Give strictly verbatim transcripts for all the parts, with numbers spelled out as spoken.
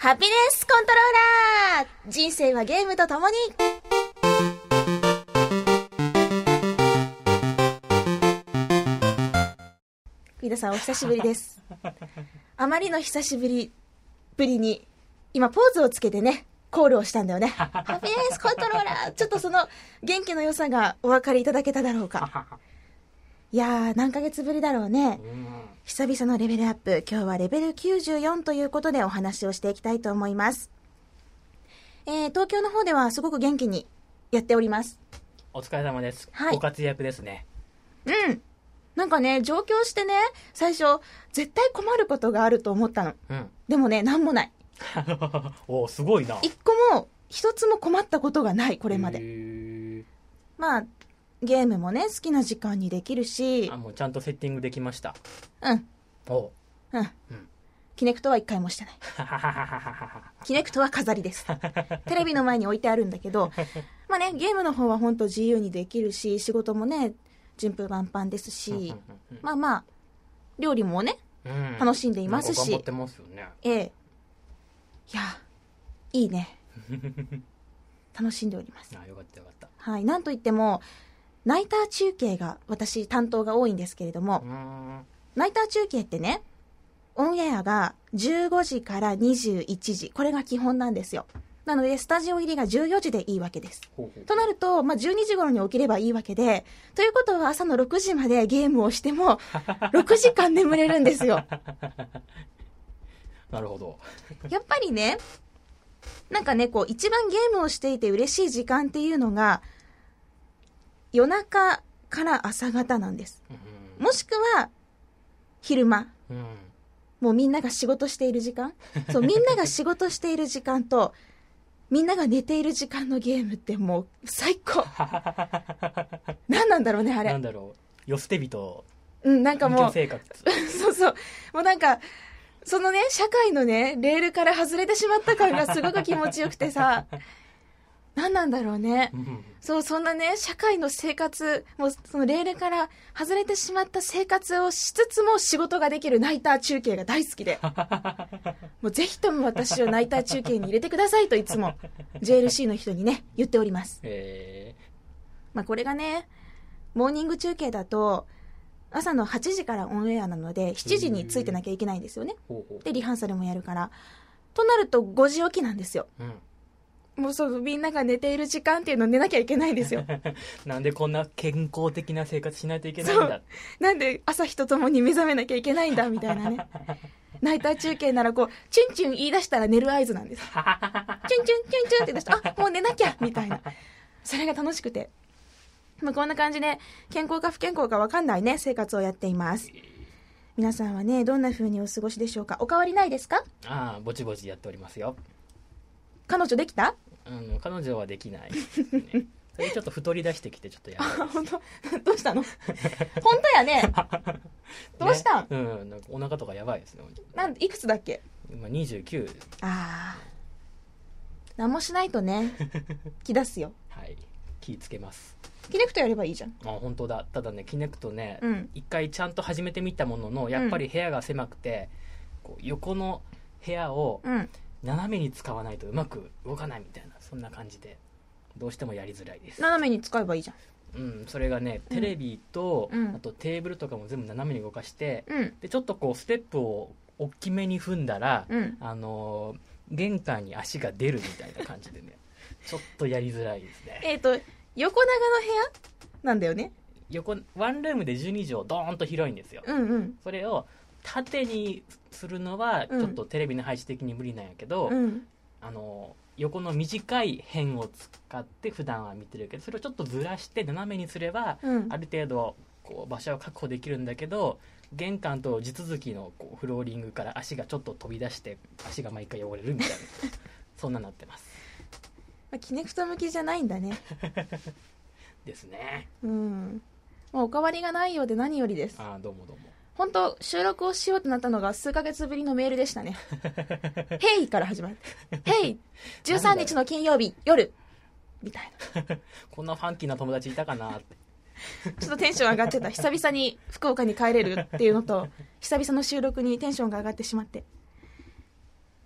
ハピネスコントローラー、人生はゲームとともに。皆さんお久しぶりです。あまりの久しぶりぶりに今ポーズをつけてねコールをしたんだよね。ハピネスコントローラー、ちょっとその元気の良さがお分かりいただけただろうか。いやー、何ヶ月ぶりだろうね。久々のレベルアップ、今日はレベルきゅうじゅうよんということでお話をしていきたいと思います。えー、東京の方ではすごく元気にやっております。 お疲れ様です、 はい、 ご活躍ですね。 うん、なんかね、上京してね、最初絶対困ることがあると思ったの、うん、でもね、なんもない。 お、すごいな。 一個も一つも困ったことがない、これまで。まあゲームもね好きな時間にできるし、 あ、もうちゃんとセッティングできました。 うん。 おう、うん、うん。キネクトは一回もしてない。キネクトは飾りです。テレビの前に置いてあるんだけど、まあね、ゲームの方は本当自由にできるし、仕事もね順風満帆ですし、まあまあ料理もね、うん、楽しんでいますし、 頑張ってますよね。 ええ、いやいいね。楽しんでおります。 あ、よかったよかった。 はい、なんといってもナイター中継が私担当が多いんですけれども、ナイター中継ってね、オンエアがじゅうごじからにじゅういちじ、これが基本なんですよ。なのでスタジオ入りがじゅうよじでいいわけです。ほうほう。となると、まあ、じゅうにじ頃に起きればいいわけで、ということは朝のろくじまでゲームをしてもろくじかん眠れるんですよ。 なるほど。 やっぱりね、なんかね、こう一番ゲームをしていて嬉しい時間っていうのが夜中から朝方なんです、うん、もしくは昼間、うん、もうみんなが仕事している時間そうみんなが仕事している時間とみんなが寝ている時間のゲームってもう最高。何なんだろうね、あれ。 なんだろう、よ捨て人。 うん、なんかもう生活そうそう、もうなんかそのね社会のねレールから外れてしまった感がすごく気持ちよくてさ。何なんだろうね、うん、そうそんなね社会の生活もうそのレールから外れてしまった生活をしつつも仕事ができるナイター中継が大好きでもうぜひとも私をナイター中継に入れてくださいといつも ジェーエルシー の人にね言っております、えーまあ、これがねモーニング中継だと朝のはちじからオンエアなのでしちじについてなきゃいけないんですよね。でリハーサルもやるからとなるとごじ起きなんですよ、うん、もうそうみんなが寝ている時間っていうのを寝なきゃいけないんですよ。 なんでこんな健康的な生活しないといけないんだ。 なんで朝日とともに目覚めなきゃいけないんだみたいなね。ナイター中継ならこうチュンチュン言い出したら寝る合図なんです。チュンチュンチュンチュンチュンって出したらあもう寝なきゃみたいな、それが楽しくて、まあ、こんな感じで健康か不健康か分かんないね生活をやっています。皆さんはねどんな風にお過ごしでしょうか。お変わりないですか。 ああ、ぼちぼちやっておりますよ。 彼女できた。 うん、彼女はできないですね。それちょっと太り出してきてちょっとやばいです。 本当どうしたの。本当やね。どうしたん、ね、 うん、なんかお腹とかやばいですね。 なんいくつだっけ。 今にじゅうきゅう。 ああ、何もしないとね気出すよ。 はい、気つけます。 キネクトやればいいじゃん。 あ、本当だ。ただねキネクトね、うん、一回ちゃんと始めてみたもののやっぱり部屋が狭くて、うん、こう横の部屋を、うん、斜めに使わないとうまく動かないみたいな、そんな感じでどうしてもやりづらいです。 斜めに使えばいいじゃん。 うん、それがねテレビと、うん、あとテーブルとかも全部斜めに動かして、うん、でちょっとこうステップを大きめに踏んだら、うん、あのー、玄関に足が出るみたいな感じでねちょっとやりづらいですね。 えっと横長の部屋なんだよね。 横ワンルームでじゅうにじょうドーンと広いんですよ、うんうん、それを縦にするのはちょっとテレビの配置的に無理なんやけど、うん、あの横の短い辺を使って普段は見てるけど、それをちょっとずらして斜めにすれば、うん、ある程度こう場所を確保できるんだけど、玄関と地続きのこうフローリングから足がちょっと飛び出して足が毎回汚れるみたいなそんななってます。 まあ、キネクト向きじゃないんだねですね。 うん、もうお変わりがないようで何よりです。 あ、どうもどうも。 本当収録をしようとなったのが数ヶ月ぶりのメールでしたね。ヘイから始まってヘイじゅうさんにちの金曜日夜みたいなこんなファンキーな友達いたかなってちょっとテンション上がってた。久々に福岡に帰れるっていうのと久々の収録にテンションが上がってしまって、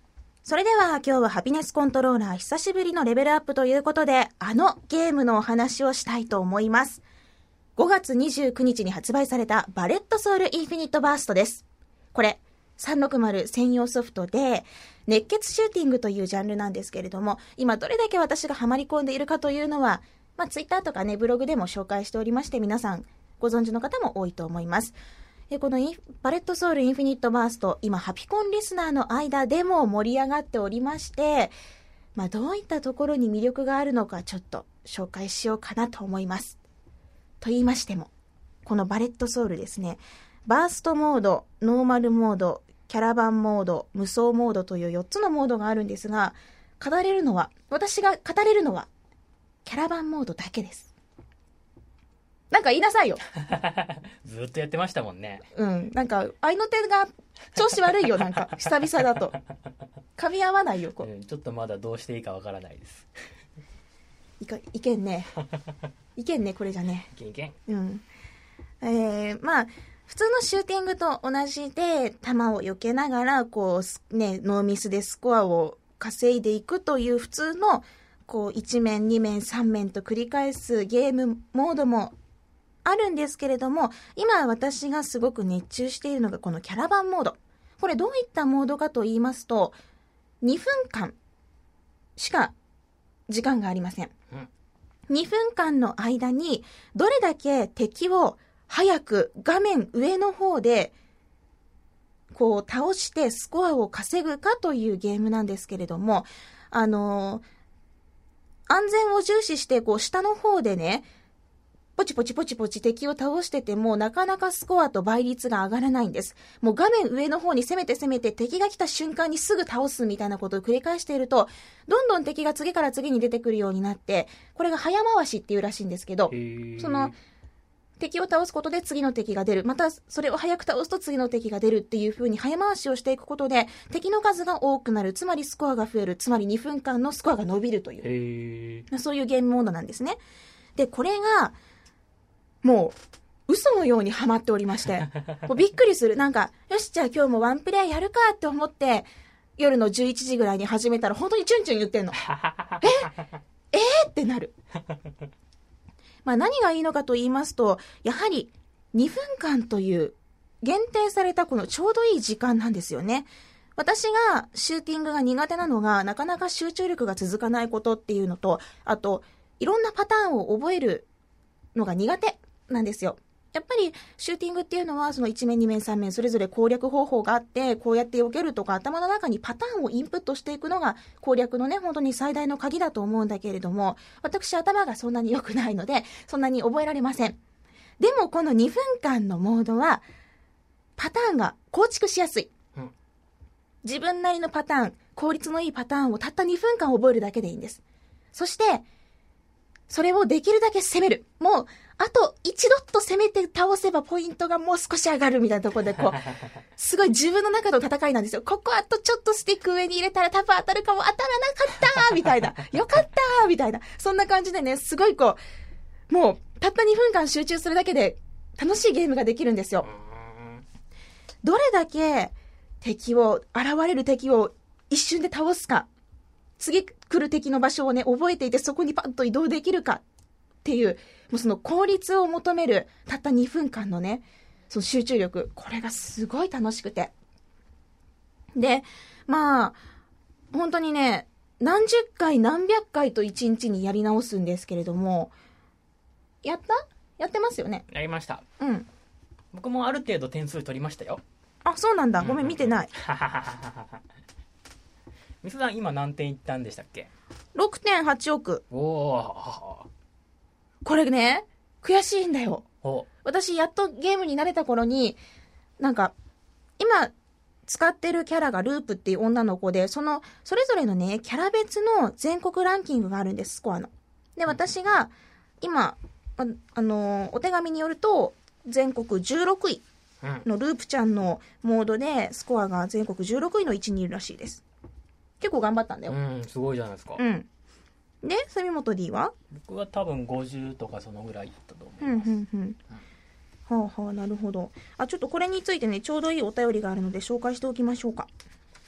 それでは今日はハピネスコントローラー久しぶりのレベルアップということで、あのゲームのお話をしたいと思います。ごがつにじゅうくにちに発売されたバレットソウルインフィニットバーストです。これさんびゃくろくじゅう専用ソフトで熱血シューティングというジャンルなんですけれども、今どれだけ私がハマり込んでいるかというのは、まあ、ツイッターとかねブログでも紹介しておりまして、皆さんご存知の方も多いと思います。このバレットソウルインフィニットバースト、今ハピコンリスナーの間でも盛り上がっておりまして、まあ、どういったところに魅力があるのかちょっと紹介しようかなと思います。と言いましても、このバレットソウルですね、バーストモード、ノーマルモード、キャラバンモード、無双モードというよっつのモードがあるんですが、語れるのは私が語れるのはキャラバンモードだけです。なんか言いなさいよ。 ずっとやってましたもんね。 うん。なんか合いの手が調子悪いよ。なんか久々だと噛み合わないよこう、 うん、ちょっとまだどうしていいかわからないです。 いかいけんねいけんねこれじゃね。 いけんいけん。 うん。えー、まあ普通のシューティングと同じで弾を避けながらこうねノーミスでスコアを稼いでいくという普通のこういち面に面さん面と繰り返すゲームモードもあるんですけれども、今私がすごく熱中しているのがこのキャラバンモード。これどういったモードかと言いますと、にふんかんしか時間がありません。うん、にふんかんの間にどれだけ敵を早く画面上の方でこう倒してスコアを稼ぐかというゲームなんですけれども、あのー、安全を重視してこう下の方でね、ポチポチポチポチ敵を倒しててもなかなかスコアと倍率が上がらないんです。もう画面上の方に攻めて攻めて敵が来た瞬間にすぐ倒すみたいなことを繰り返していると、どんどん敵が次から次に出てくるようになって、これが早回しっていうらしいんですけど、その敵を倒すことで次の敵が出る、またそれを早く倒すと次の敵が出るっていう風に早回しをしていくことで敵の数が多くなる、つまりスコアが増える、つまりにふんかんのスコアが伸びるという、そういうゲームモードなんですね。でこれがもう嘘のようにハマっておりまして、もうびっくりする。なんかよしじゃあ今日もワンプレイやるかって思って夜のじゅういちじぐらいに始めたら本当にチュンチュン言ってんの。ええー、ってなる。まあ何がいいのかと言いますと、やはりにふんかんという限定されたこのちょうどいい時間なんですよね。私がシューティングが苦手なのが、なかなか集中力が続かないことっていうのと、あといろんなパターンを覚えるのが苦手なんですよ。やっぱりシューティングっていうのはそのいち面に面さん面それぞれ攻略方法があって、こうやって避けるとか頭の中にパターンをインプットしていくのが攻略のね本当に最大の鍵だと思うんだけれども、私頭がそんなに良くないのでそんなに覚えられません。でもこのにふんかんのモードはパターンが構築しやすい、うん、自分なりのパターン、効率のいいパターンをたったにふんかん覚えるだけでいいんです。そしてそれをできるだけ攻める。もうあと一度と攻めて倒せばポイントがもう少し上がるみたいなところで、こうすごい自分の中の戦いなんですよ。ここあとちょっとスティック上に入れたら多分当たるかも、当たらなかったみたいな、よかったみたいな、そんな感じでね、すごいこうもうたったにふんかん集中するだけで楽しいゲームができるんですよ。どれだけ敵を現れる敵を一瞬で倒すか、次来る敵の場所をね覚えていてそこにパッと移動できるかっていう、もうその効率を求めるたったにふんかんのねその集中力、これがすごい楽しくて、でまあ本当にね何十回何百回といちにちにやり直すんですけれども、やったやってますよね。 やりました。 うん、 僕もある程度点数取りましたよ。 あ、そうなんだ。ごめん見てない。 みすさん今何点いったんでしたっけ？ ろくてんはちおく。 おお。 これね悔しいんだよ。私やっとゲームに慣れた頃に、なんか今使ってるキャラがループっていう女の子で、そのそれぞれのねキャラ別の全国ランキングがあるんです、スコアの。で私が今 あ, あのお手紙によると全国じゅうろくいのループちゃんのモードでスコアが全国じゅうろくいの位置にいるらしいです。結構頑張ったんだよ。 うん、すごいじゃないですか。 うん。で、住本 D は？ 僕は多分ごじゅうとかそのぐらいだったと思います。うんうんうん。 うん、はあはあ、なるほど。あ、ちょっとこれについてね、ちょうどいいお便りがあるので紹介しておきましょうか。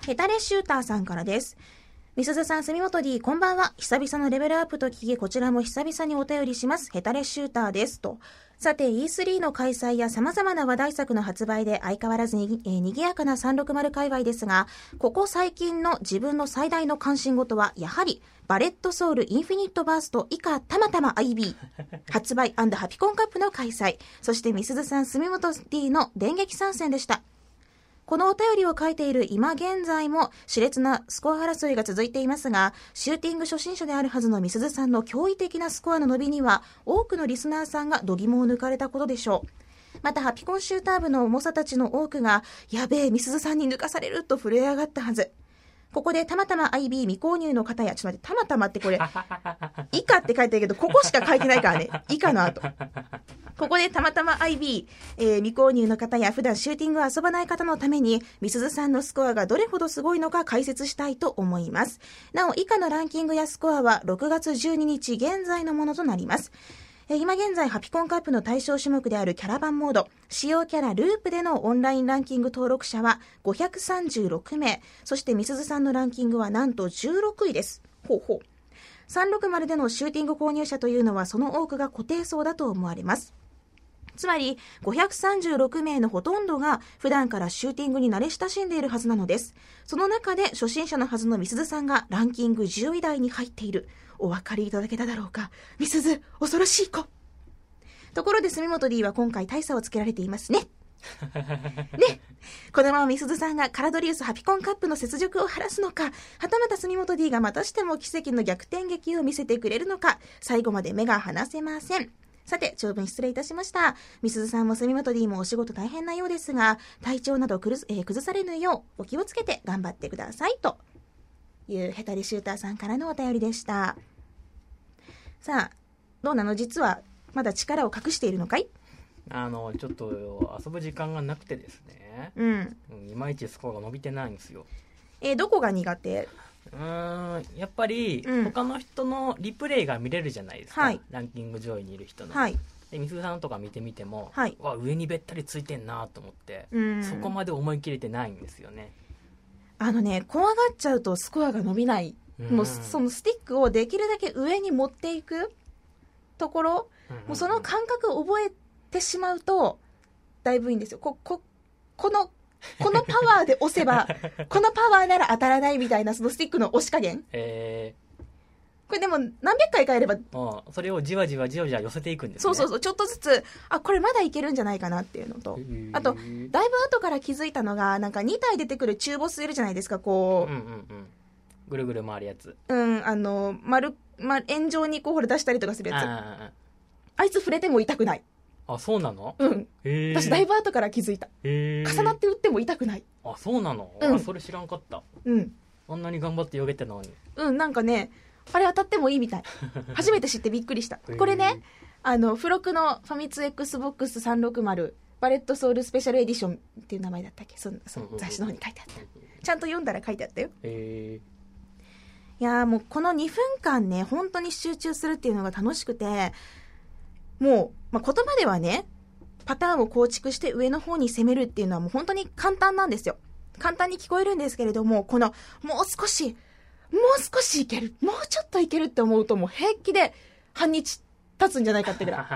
ヘタレシューターさんからです。みすずさん、住本 D、こんばんは。久々のレベルアップと聞き、こちらも久々にお便りします。ヘタレシューターですと。さて イースリー の開催や様々な話題作の発売で相変わらずに、えー、賑やかなさんろくまる界隈ですが、ここ最近の自分の最大の関心事はやはりバレットソウルインフィニットバースト以下たまたま アイビー 発売&ハピコンカップの開催、そしてみすずさん、住本 D の電撃参戦でした。このお便りを書いている今現在も熾烈なスコア争いが続いていますが、シューティング初心者であるはずのみすずさんの驚異的なスコアの伸びには多くのリスナーさんが度肝を抜かれたことでしょう。またハピコンシューター部の猛者たちの多くがやべえみすずさんに抜かされると震え上がったはず。ここでたまたま アイビー 未購入の方や、ちょっと待って、たまたまってこれ以下って書いてるけどここしか書いてないからね、以下の後ここでたまたま アイビー、えー、未購入の方や普段シューティングを遊ばない方のためにみすずさんのスコアがどれほどすごいのか解説したいと思います。なお以下のランキングやスコアはろくがつじゅうににち現在のものとなります。今現在ハピコンカップの対象種目であるキャラバンモード、使用キャラループでのオンラインランキング登録者はごひゃくさんじゅうろくめい、そしてみすずさんのランキングはなんとじゅうろくいです。ほうほう。さんろくまるでのシューティング購入者というのはその多くが固定層だと思われます。つまりごひゃくさんじゅうろくめいのほとんどが普段からシューティングに慣れ親しんでいるはずなのです。その中で初心者のはずのみすずさんがランキングじゅうい台に入っている。お分かりいただけただろうか。みすず、恐ろしい子。ところで住本 D は今回大差をつけられていますね。ね、このままみすずさんがカラドリウスハピコンカップの雪辱を晴らすのか、はたまた住本 D がまたしても奇跡の逆転劇を見せてくれるのか、最後まで目が離せません。さて長文失礼いたしました。みすずさんも住本 D もお仕事大変なようですが、体調など崩す、えー、崩されぬようお気をつけて頑張ってくださいというヘタリシューターさんからのお便りでした。さあどうなの、実はまだ力を隠しているのかい？ あのちょっと遊ぶ時間がなくてですね、 うん、 いまいちスコアが伸びてないんですよ。 えー、どこが苦手？ うーんやっぱり、うん、他の人のリプレイが見れるじゃないですか、はい、ランキング上位にいる人の、はい、でみすずさんとか見てみても、はい、わ上にべったりついてんなと思って、うん、そこまで思い切れてないんですよね。 あのね怖がっちゃうとスコアが伸びない、うん、もうそのスティックをできるだけ上に持っていくところ、うんうんうん、もうその感覚を覚えてしまうとだいぶいいんですよ。こ、こ、このこのパワーで押せばこのパワーなら当たらないみたいなそのスティックの押し加減、えー、これでも何百回かやれば、 ああそれをじわじわじわじわ寄せていくんですね。 そうそうそう、ちょっとずつあこれまだいけるんじゃないかなっていうのと、あとだいぶ後から気づいたのがなんかに体出てくる中ボスいるじゃないですか、こう、うんうんうん、 ぐるぐる回るやつ、 うんあの丸、ま、円状にこうほら出したりとかするやつ、 あ, あいつ触れても痛くない。 あ、そうなの？ うん。へ私だいぶ後から気づいた。へ重なって打っても痛くない。 あ、そうなの？うん、あ、それ知らんかった。うん。あんなに頑張ってよげてたのに。 うん、なんかね、あれ当たってもいいみたい。初めて知ってびっくりした。これね、あの付録のファミツ Xbox さんろくまるバレットソウルスペシャルエディションっていう名前だったっけ？そのその雑誌の方に書いてあった。ちゃんと読んだら書いてあったよ。へいやーもうこのにふんかんね、本当に集中するっていうのが楽しくて。もう、まあ、言葉ではねパターンを構築して上の方に攻めるっていうのはもう本当に簡単なんですよ。簡単に聞こえるんですけれども、このもう少しもう少しいけるもうちょっといけるって思うともう平気で半日経つんじゃないかってぐら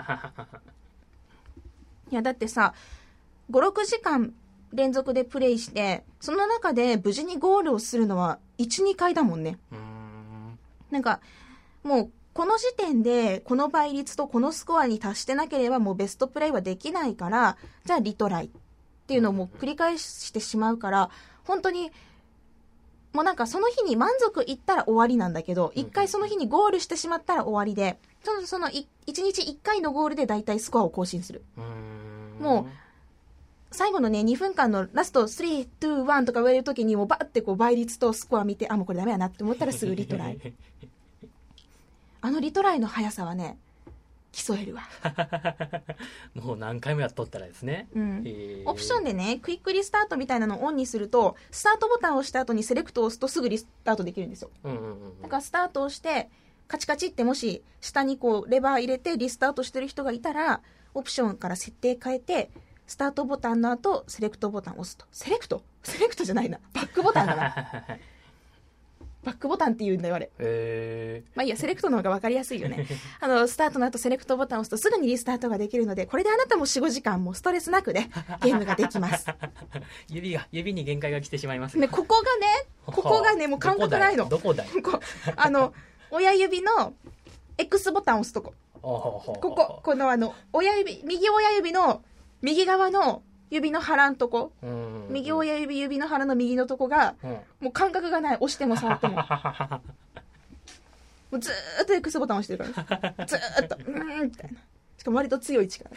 いいやだってさ ごろくじかん連続でプレイしてその中で無事にゴールをするのは いち,に 回だもんね。うーんなんかもうこの時点でこの倍率とこのスコアに達してなければもうベストプレイはできないから、じゃあリトライっていうのをもう繰り返してしまうから、本当にもうなんかその日に満足いったら終わりなんだけど、一回その日にゴールしてしまったら終わりで、そのそのいちにちいっかいのゴールでだいたいスコアを更新する。うもう最後のねにふんかんのラストスリー、ツー、ワンとか言われる時にもうバッてこう倍率とスコア見て、あもうこれダメやなって思ったらすぐリトライあのリトライの速さはね競えるわもう何回もやっとったらですね、うん、 オプションでねクイックリスタートみたいなのをオンにするとスタートボタンを押した後にセレクトを押すとすぐリスタートできるんですよ、うんうんうん、だからスタートをしてカチカチってもし下にこうレバー入れてリスタートしてる人がいたらオプションから設定変えてスタートボタンの後セレクトボタンを押すと。セレクトセレクトじゃないな、バックボタンだなバックボタンって言うんだよあれ。 へまあいいや、セレクトの方が分かりやすいよねあのスタートの後セレクトボタンを押すとすぐにリスタートができるので、これであなたも よん,ご 時間もストレスなくねゲームができます指が指に限界が来てしまいますね。ここがねここがねもう感覚ないの。 どこだよここあの親指の X ボタンを押すとこ、こここのあの親指、右親指の右側の指の腹のとこ、うん、右親指指の腹の右のとこが、うん、もう感覚がない。押しても触ってももうずーっと X ボタン押してるからずーっとうーんみたいな。しかも割と強い力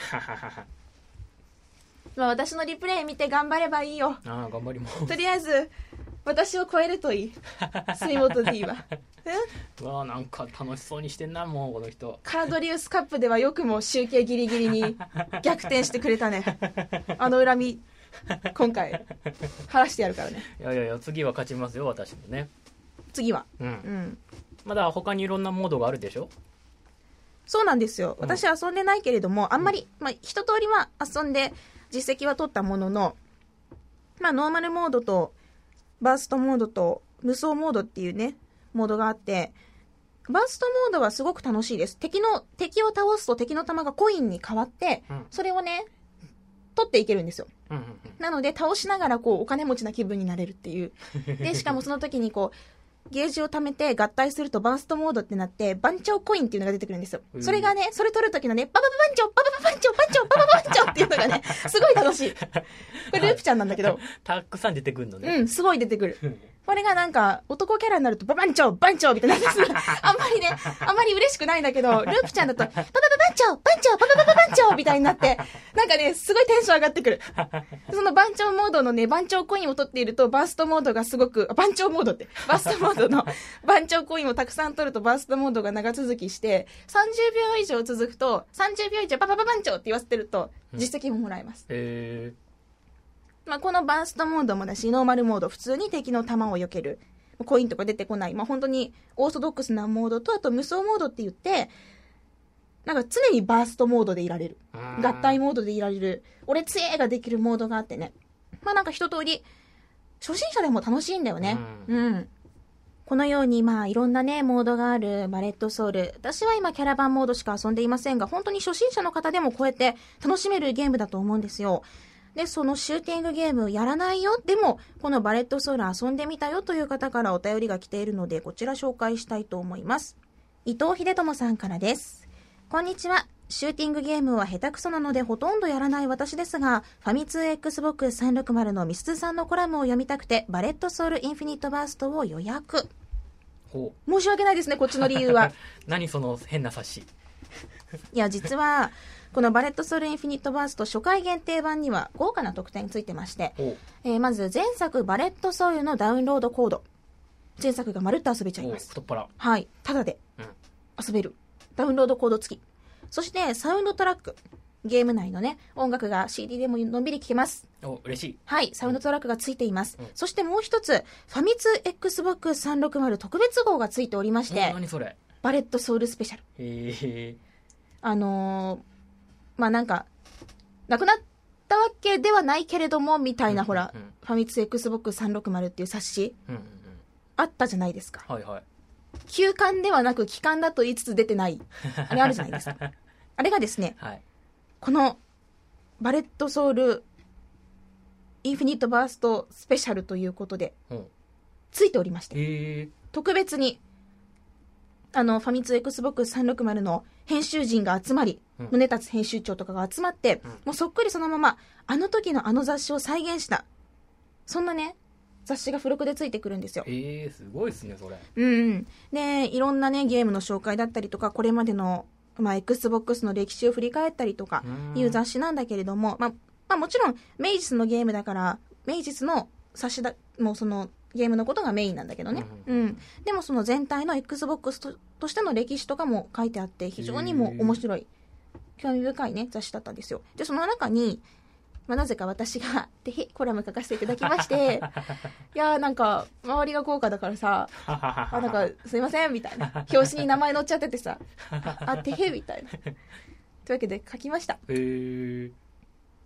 まあ私のリプレイ見て頑張ればいいよ。 ああ頑張ります。 とりあえず私を超えるといい杉本 D はうわなんか楽しそうにしてんなもうこの人。 カラドリウスカップではよくも集計ギリギリに逆転してくれたねあの恨み今回晴らしてやるからね。 いやいやいや次は勝ちますよ私もね。 次は、 うん、うん、まだ他にいろんなモードがあるでしょ。 そうなんですよ。私は遊んでないけれども、うん、あんまり、まあ、一通りは遊んで実績は取ったものの、まあ、ノーマルモードとバーストモードと無双モードっていうねモードがあって、バーストモードはすごく楽しいです。敵の敵を倒すと敵の弾がコインに変わって、うん、それをね取っていけるんですよ、うんうんうん、なので倒しながらこうお金持ちな気分になれるっていうでしかもその時にこうゲージを貯めて合体するとバーストモードってなって番長コインっていうのが出てくるんですよ、うん、それがねそれ取る時のねバババ番長バババ番長番長バババ番長っていうのがねすごい楽しい。これループちゃんなんだけどたくさん出てくるのね。 うんすごい出てくるこれがなんか男キャラになるとババンチョ番長みたいなあんまりねあんまり嬉しくないんだけど、ループちゃんだとバババ番長番長ババババ番長みたいになってなんかねすごいテンション上がってくる。その番長モードのね番長コインを取っているとバーストモードがすごく番長モードってバーストモードの番長コインをたくさん取るとバーストモードが長続きしてさんじゅうびょう以上続くとさんじゅうびょう以上バババ番長って言わせてると実績ももらえます、 うん、へー。 まあ、このバーストモードもだしノーマルモード普通に敵の弾を避けるコインとか出てこない、まあ、本当にオーソドックスなモードとあと無双モードって言ってなんか常にバーストモードでいられる合体モードでいられる俺強えができるモードがあってね、まあなんか一通り初心者でも楽しいんだよね。うん、うん、このようにまあいろんなねモードがあるバレットソウル、私は今キャラバンモードしか遊んでいませんが本当に初心者の方でもこうやって楽しめるゲームだと思うんですよ。で、そのシューティングゲームやらないよ、でもこのバレットソウル遊んでみたよという方からお便りが来ているのでこちら紹介したいと思います。伊藤秀友さんからです。こんにちは。シューティングゲームは下手くそなのでほとんどやらない私ですが、ファミ通 エックスボックスさんびゃくろくじゅうのみすずさんのコラムを読みたくてバレットソウルインフィニットバーストを予約。 ほう。 申し訳ないですね、こっちの理由は。 何その変な冊子。 いや実はこのバレットソウルインフィニットバースト初回限定版には豪華な特典ついてまして、えー、まず前作バレットソウルのダウンロードコード、前作がまるっと遊べちゃいます。 太っ腹。 はい、ただで遊べる、うん、ダウンロードコード付き。そしてサウンドトラック、ゲーム内のね音楽が シーディー でものんびり聴けます。 お嬉しい。 はい、サウンドトラックが付いています、うん、そしてもう一つファミ通 エックスボックスさんびゃくろくじゅう特別号が付いておりまして、 何それ、 バレットソウルスペシャル。 へー。 あのー、まあなんかなくなったわけではないけれどもみたいな、うんうんうん、ほらファミ通 エックスボックスさんびゃくろくじゅうっていう冊子、うんうんうん、あったじゃないですか。 はいはい。 休刊ではなく期刊だと言いつつ出てないあれあるじゃないですか。あれがですね、 はい、 このバレットソウルインフィニットバーストスペシャルということで、うん、ついておりまして、 へー、 特別にあのファミ通 エックスボックスさんびゃくろくじゅうの編集陣が集まり、うん、宗達編集長とかが集まって、うん、もうそっくりそのままあの時のあの雑誌を再現したそんなね雑誌が付録でついてくるんですよ。 えー、すごいですねそれ。 うん、うん、でいろんなねゲームの紹介だったりとかこれまでの、まあ、Xbox の歴史を振り返ったりとかいう雑誌なんだけれども、まあまあ、もちろん名実のゲームだから名実の冊子だもうそのゲームのことがメインなんだけどね、うんうん、でもその全体の Xbox と、としての歴史とかも書いてあって非常にも面白い興味深いね雑誌だったんですよ。でその中に、まあ、なぜか私がでコラム書かせていただきましていやーなんか周りが豪華だからさあなんかすいませんみたいな表紙に名前載っちゃっててさあてへみたいなというわけで書きました。 へー。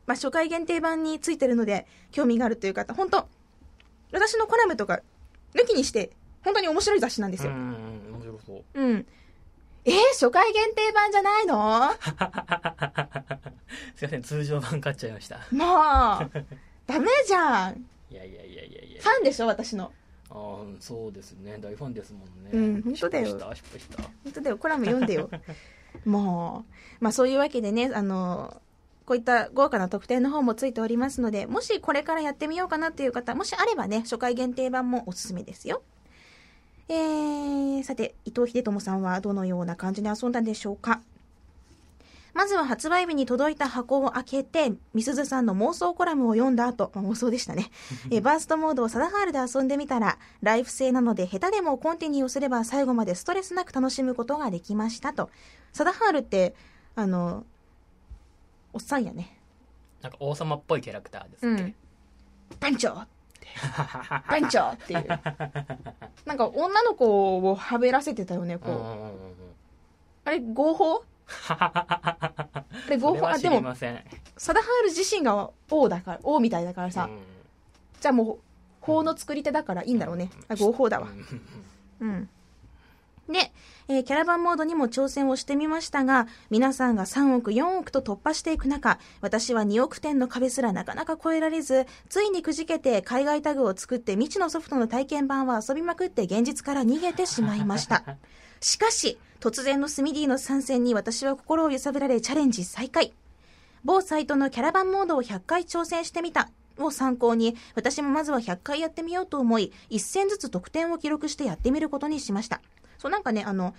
まあ、初回限定版についてるので興味があるという方、本当私のコラムとか抜きにして本当に面白い雑誌なんですよ。 うん、面白そう。 うん。えー、初回限定版じゃないの？ すいません、通常版買っちゃいました。 もうダメじゃん。 いやいやいやいやいや。 ファンでしょ私の。 ああ、そうですね、大ファンですもんね。 うん、本当だよ。 失敗した、失敗した。 本当だよ、コラム読んでよ。もう、まあそういうわけでね、あのこういった豪華な特典の方もついておりますので、もしこれからやってみようかなっていう方、もしあればね、初回限定版もおすすめですよ。えー、さて、伊藤秀友さんはどのような感じに遊んだんでしょうか。まずは発売日に届いた箱を開けて、みすずさんの妄想コラムを読んだ後、まあ、妄想でしたね。えバーストモードをサダハールで遊んでみたら、ライフ制なので下手でもコンティニューすれば最後までストレスなく楽しむことができましたと。サダハールって、あの、おっさんやね。 なんか王様っぽいキャラクターですね。 うん。番長番長っていうなんか女の子をはべらせてたよね、こう、うんうんうん、あれ合法あれ合法。あ、でもサダハール自身が王だから王みたいだからさ、うん、じゃあもう法の作り手だからいいんだろうね、うん、あ合法だわうんで、えー、キャラバンモードにも挑戦をしてみましたが、皆さんがさんおくよんおくと突破していく中、私はにおくてんの壁すらなかなか越えられず、ついにくじけて海外タグを作って未知のソフトの体験版を遊びまくって現実から逃げてしまいましたしかし突然のスミディの参戦に私は心を揺さぶられチャレンジ再開。某サイトのキャラバンモードをひゃっかい挑戦してみたを参考に、私もまずはひゃっかいやってみようと思い、いっ戦ずつ得点を記録してやってみることにしました。そう、なんかね、あの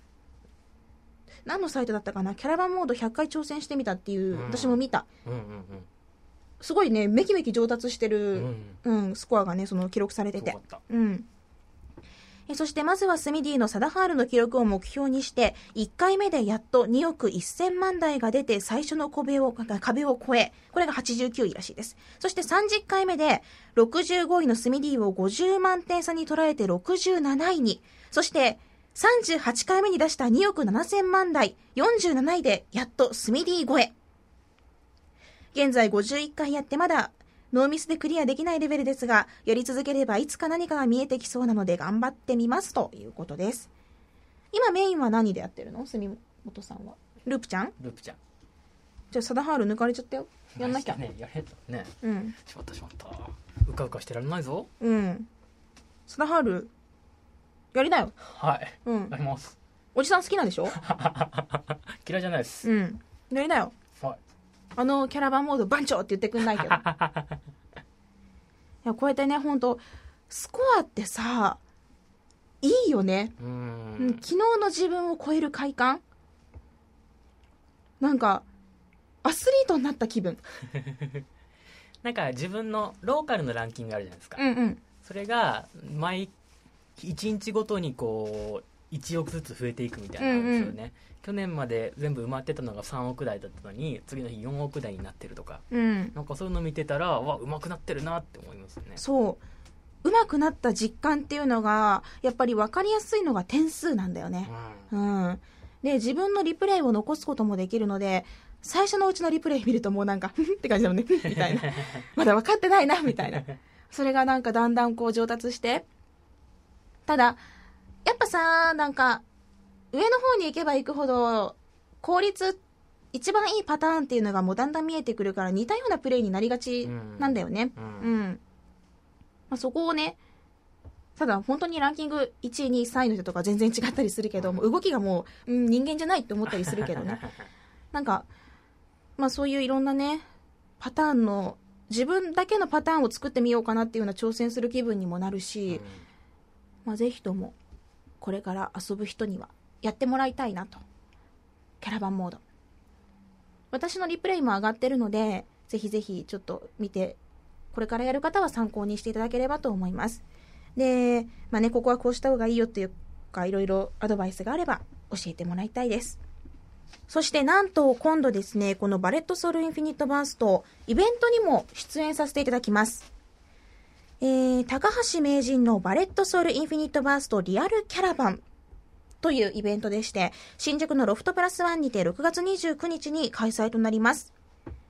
何のサイトだったかな、キャラバンモードひゃっかい挑戦してみたっていう、うん、私も見た、うんうんうん、すごいね、めきめき上達してる、うんうん、スコアがね、その記録されてて、うん、えそしてまずはスミディのサダハールの記録を目標にして、いっかいめでやっとにおくせんまん台が出て最初の壁を壁を越え、これがはちじゅうきゅういらしいです。そしてさんじゅっかいめでろくじゅうごいのスミディをごじゅうまんてん差に捉えてろくじゅうなないに、そしてさんじゅうはちかいめに出したにおくななせんまん台よんじゅうなないでやっとスミディ超え。現在ごじゅういっかいやってまだノーミスでクリアできないレベルですが、やり続ければいつか何かが見えてきそうなので頑張ってみますということです。今メインは何でやってるの？住本さんは。ループちゃん？ ループちゃん。 じゃあサダハール抜かれちゃったよ。やんなきゃ。 ね、やれたね。 うん。 しまったしまった。うかうかしてられないぞ。 うん。サダハールやりなよ。 はい。うん。やります。 おじさん好きなんでしょ？ 嫌いじゃないです。 うん。やりなよ。 はい。 あのキャラバンモード番長って言ってくんないけど。いや、こうやってね、ほんとスコアってさ、いいよね。うん。昨日の自分を超える快感。なんかアスリートになった気分。 なんか自分のローカルのランキングあるじゃないですか。 うんうん。 それが毎いちにちごとにこういちおくずつ増えていくみたいなんですよね、うんうん、去年まで全部埋まってたのがさんおく台だったのに次の日よんおく台になってるとか、うん、なんかそういうの見てたらわ上手くなってるなって思いますね。 そう上手くなった実感っていうのがやっぱり分かりやすいのが点数なんだよね、うんうん、で自分のリプレイを残すこともできるので、最初のうちのリプレイ見るともうなんかって感じだもんねみたいなまだ分かってないなみたいな、それがなんかだんだんこう上達して、ただやっぱさ、なんか上の方に行けば行くほど効率一番いいパターンっていうのがもうだんだん見えてくるから、似たようなプレイになりがちなんだよね。うん、うんうんまあ、そこをね、ただ本当にランキングいちいにいさんいの人とか全然違ったりするけども、動きがもう、うん、人間じゃないって思ったりするけどねなんかまあそういういろんなねパターンの自分だけのパターンを作ってみようかなっていうような挑戦する気分にもなるし、うんまあ、ぜひともこれから遊ぶ人にはやってもらいたいなと。キャラバンモード、私のリプレイも上がってるので、ぜひぜひちょっと見て、これからやる方は参考にしていただければと思います。で、まあね、ここはこうした方がいいよっていうか、いろいろアドバイスがあれば教えてもらいたいです。そしてなんと今度ですね、このバレットソウルインフィニットバーストイベントにも出演させていただきます。えー、高橋名人のバレットソウルインフィニットバーストリアルキャラバンというイベントでして、新宿のロフトプラスワンにてろくがつにじゅうくにちに開催となります。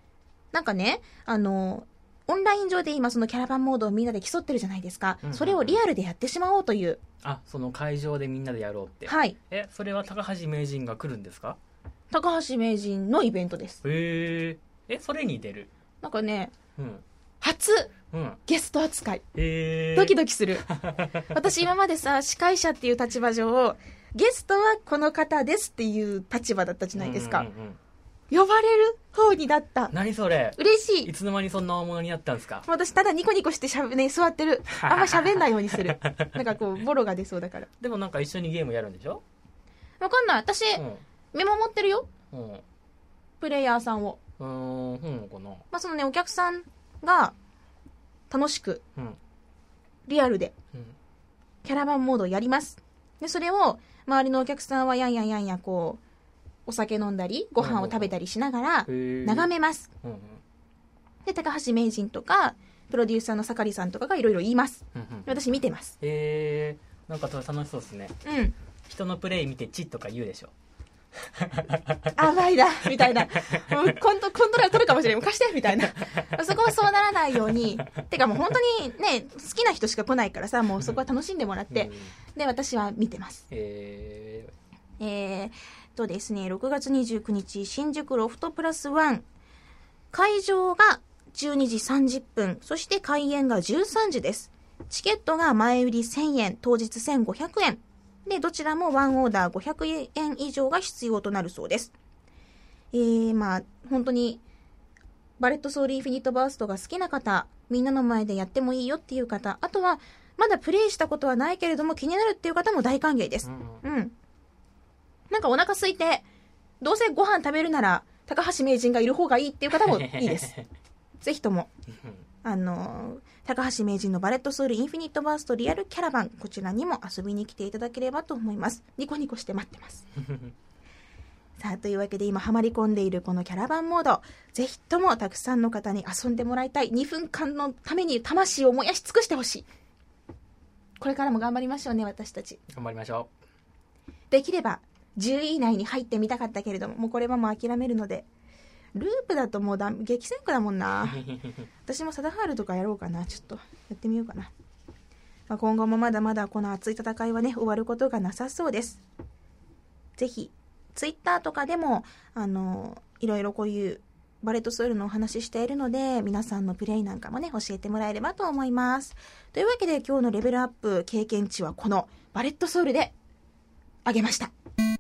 なんかね、あの、オンライン上で今そのキャラバンモードをみんなで競ってるじゃないですか。うんうんうん、それをリアルでやってしまおうという。 あ、その会場でみんなでやろうって。 はい。 え、それは高橋名人が来るんですか？ 高橋名人のイベントです。 へえ。え、それに出る？ なんかね、 うん、 初、うん、ゲスト扱い。 へー。 ドキドキする。私今までさ、司会者っていう立場上、ゲストはこの方ですっていう立場だったじゃないですか。うんうんうん、呼ばれる方になった。 何それ？ 嬉しい。 いつの間にそんな大物になったんですか？ 私ただニコニコしてしゃべ、ね、座ってる。あんま喋んないようにする。なんかこうボロが出そうだから。 でもなんか一緒にゲームやるんでしょ？ わかんない。私、うん、見守ってるよ、うん、プレイヤーさんを。 うーん、うんかな。 まあそのね、お客さんが楽しく、うん、リアルで、うん、キャラバンモードをやります。でそれを周りのお客さんはやんやんやんやこうお酒飲んだりご飯を食べたりしながら眺めます、うんうん、で高橋名人とかプロデューサーの盛りさんとかがいろいろ言います、うんうん、私見てます。 へえー、なんか楽しそうですね。 うん、 人のプレイ見てチッとか言うでしょ。 甘いだみたいな、もうコントコントロール取るかもしれない、貸してみたいな。そこはそうならないように。てかもう本当にね、好きな人しか来ないからさ、もうそこは楽しんでもらって、うん、で私は見てます。 えー、えー、とですね、ろくがつにじゅうくにち新宿ロフトプラスワン、会場がじゅうにじさんじゅっぷん、そして開演がじゅうさんじです。チケットが前売りせんえん、当日せんごひゃくえんで、どちらもワンオーダーごひゃくえん以上が必要となるそうです。えー、まあ、本当に、バレットソウルインフィニットバーストが好きな方、みんなの前でやってもいいよっていう方、あとは、まだプレイしたことはないけれども気になるっていう方も大歓迎です。うん。うん、なんかお腹空いて、どうせご飯食べるなら、高橋名人がいる方がいいっていう方もいいです。ぜひとも。あの高橋名人のバレットソウルインフィニットバーストリアルキャラバン、こちらにも遊びに来ていただければと思います。ニコニコして待ってますさあというわけで今ハマり込んでいるこのキャラバンモード、ぜひともたくさんの方に遊んでもらいたい。にふんかんのために魂を燃やし尽くしてほしい。これからも頑張りましょうね。私たち頑張りましょう。できればじゅうい以内に入ってみたかったけれども、もうこれはもう諦めるので、ループだともうだ激戦区だもんな私もサダハールとかやろうかな。ちょっとやってみようかな、まあ、今後もまだまだこの熱い戦いはね終わることがなさそうです。ぜひツイッターとかでもあのいろいろこういうバレットソウルのお話しているので、皆さんのプレイなんかもね教えてもらえればと思います。というわけで今日のレベルアップ経験値はこのバレットソウルで上げました。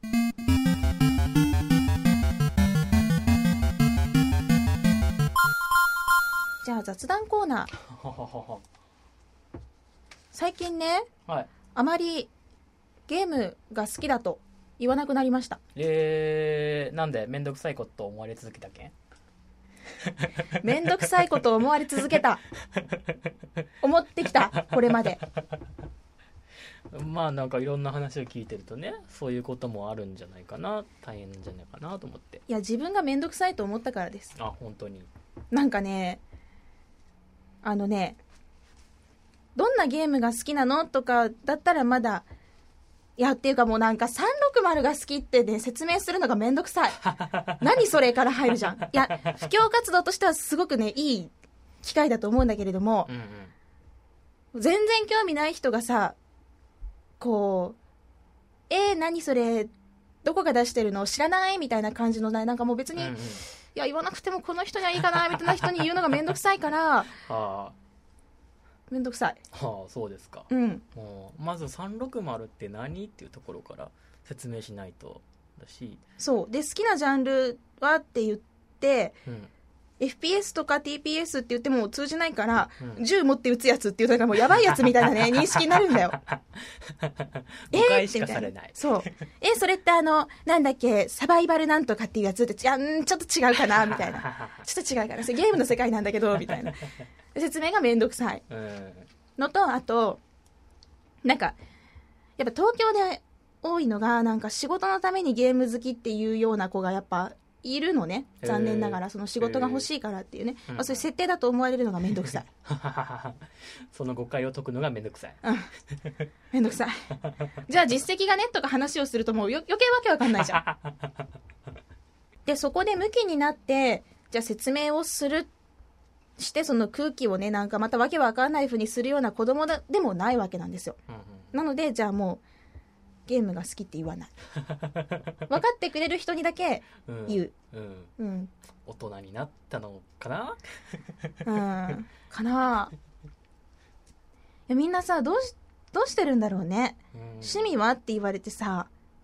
じゃあ雑談コーナー最近ね、はい、あまりゲームが好きだと言わなくなりました。 えー、なんでめんどくさいこと思われ続けたけんめんどくさいこと思われ続けた思ってきたこれまで。 まあなんかいろんな話を聞いてるとね、そういうこともあるんじゃないかな、大変じゃないかなと思って。 いや自分がめんどくさいと思ったからです。 あ、本当に。 なんかね、あのね、どんなゲームが好きなのとかだったらまだ、いやっていうかもうなんかさんろくまるが好きってね説明するのがめんどくさい何それから入るじゃん。いや布教活動としてはすごくねいい機会だと思うんだけれども、うんうん、全然興味ない人がさ、こうえー、何それどこが出してるの知らないみたいな感じのなんかもう別に、うんうん、いや言わなくてもこの人にはいいかなみたいな人に言うのがめんどくさいからあめんどくさい。 はあ、そうですか。 うん。 まずさんろくまるって何っていうところから説明しないとだし。 そうで好きなジャンルはって言って、うん、エフピーエス とか ティーピーエス って言っても通じないから、うん、銃持って撃つやつっていうのがもうやばいやつみたいなね認識になるんだよ誤解しかされない。 そうえそれってあのなんだっけサバイバルなんとかっていうやつっていやんちょっと違うかなみたいなちょっと違うかなそれゲームの世界なんだけどみたいな説明がめんどくさいのと、あとなんかやっぱ東京で多いのがなんか仕事のためにゲーム好きっていうような子がやっぱいるのね。残念ながらその仕事が欲しいからっていうね、まあ、そういう設定だと思われるのがめんどくさいその誤解を解くのがめんどくさい、 うん、めんどくさいじゃあ実績がねとか話をするともうよ余計わけわかんないじゃんでそこで向きになってじゃあ説明をするしてその空気をねなんかまたわけわかんない風にするような子供だでもないわけなんですよ、うんうん、なのでじゃあもうゲームが好きって言わない分かってくれる人にだけ言う、うんうんうん、大人になったのかなうんかないやみんなさどうし、どうしてるんだろうね、うん、趣味はって言われてさ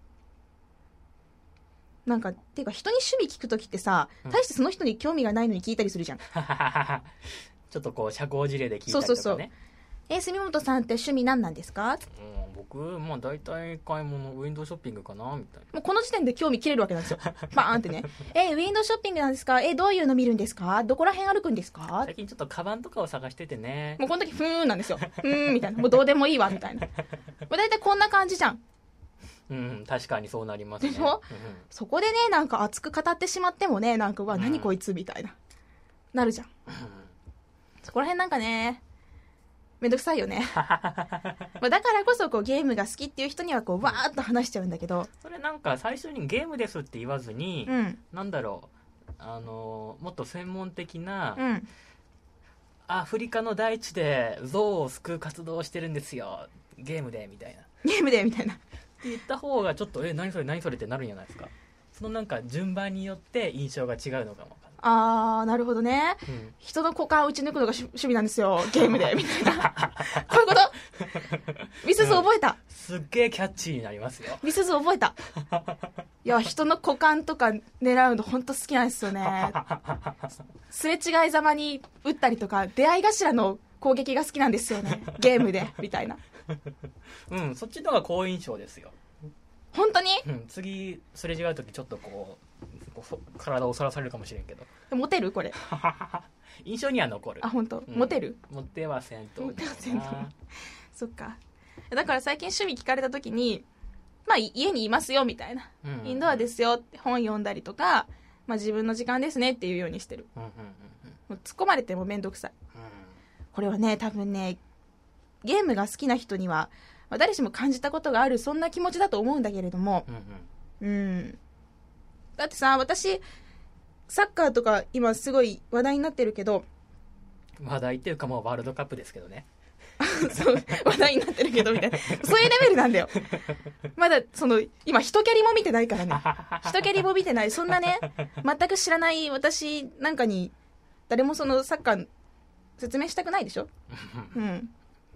なんかっていうか人に趣味聞くときってさ、うん、大してその人に興味がないのに聞いたりするじゃんちょっとこう社交辞令で聞いたりとかね。そうそうそう。 えー、住本さんって趣味何なんですか？ うん、僕まあ大体買い物ウィンドウショッピングかなみたいな。 もうこの時点で興味切れるわけなんですよバーンってねえー、ウィンドウショッピングなんですか？えー、どういうの見るんですか？どこら辺歩くんですか？ 最近ちょっとカバンとかを探しててね。 もうこの時ふーんなんですよふーんみたいなもうどうでもいいわみたいなもう大体こんな感じじゃん。 うん、確かにそうなりますね。 でしょ、うん、そこでねなんか熱く語ってしまってもねなんかうわ、うん、何こいつみたいななるじゃん、うん、そこら辺なんかねめんどくさいよねまあだからこそこうゲームが好きっていう人にはこうわーっと話しちゃうんだけど、 それなんか最初にゲームですって言わずに、うん、なんだろうあのもっと専門的な、うん、アフリカの大地で象を救う活動をしてるんですよゲームでみたいなゲームでみたいな言った方がちょっとえ何それ何それってなるんじゃないですか。そのなんか順番によって印象が違うのかも。 あーなるほどね、うん、人の股間を打ち抜くのが趣味なんですよゲームでみたいなこういうことミスズ覚えた、うん、 すっげーキャッチーになりますよ。 ミスズ覚えたいや人の股間とか狙うの本当好きなんですよねすれ違いざまに打ったりとか出会い頭の攻撃が好きなんですよねゲームでみたいなうんそっちの方が好印象ですよ本当に、 うん、次すれ違う時ちょっとこう体をそらされるかもしれんけどモテるこれ印象には残る。 あ本当、うん、モテるモテはせんとモテはせんとそっかだから最近趣味聞かれた時にまあ家にいますよみたいな、うんうん、インドアですよって本読んだりとか、まあ、自分の時間ですねっていうようにしてる、うんうんうんうん、もう突っ込まれてもめんどくさい、うん、これはね多分ねゲームが好きな人には、まあ、誰しも感じたことがあるそんな気持ちだと思うんだけれども、うん、うん、だってさ私サッカーとか今すごい話題になってるけど話題っていうかもうワールドカップですけどねそう話題になってるけどみたいなそういうレベルなんだよまだその今一キャリも見てないからね一キャリも見てないそんなね全く知らない私なんかに誰もそのサッカー説明したくないでしょうん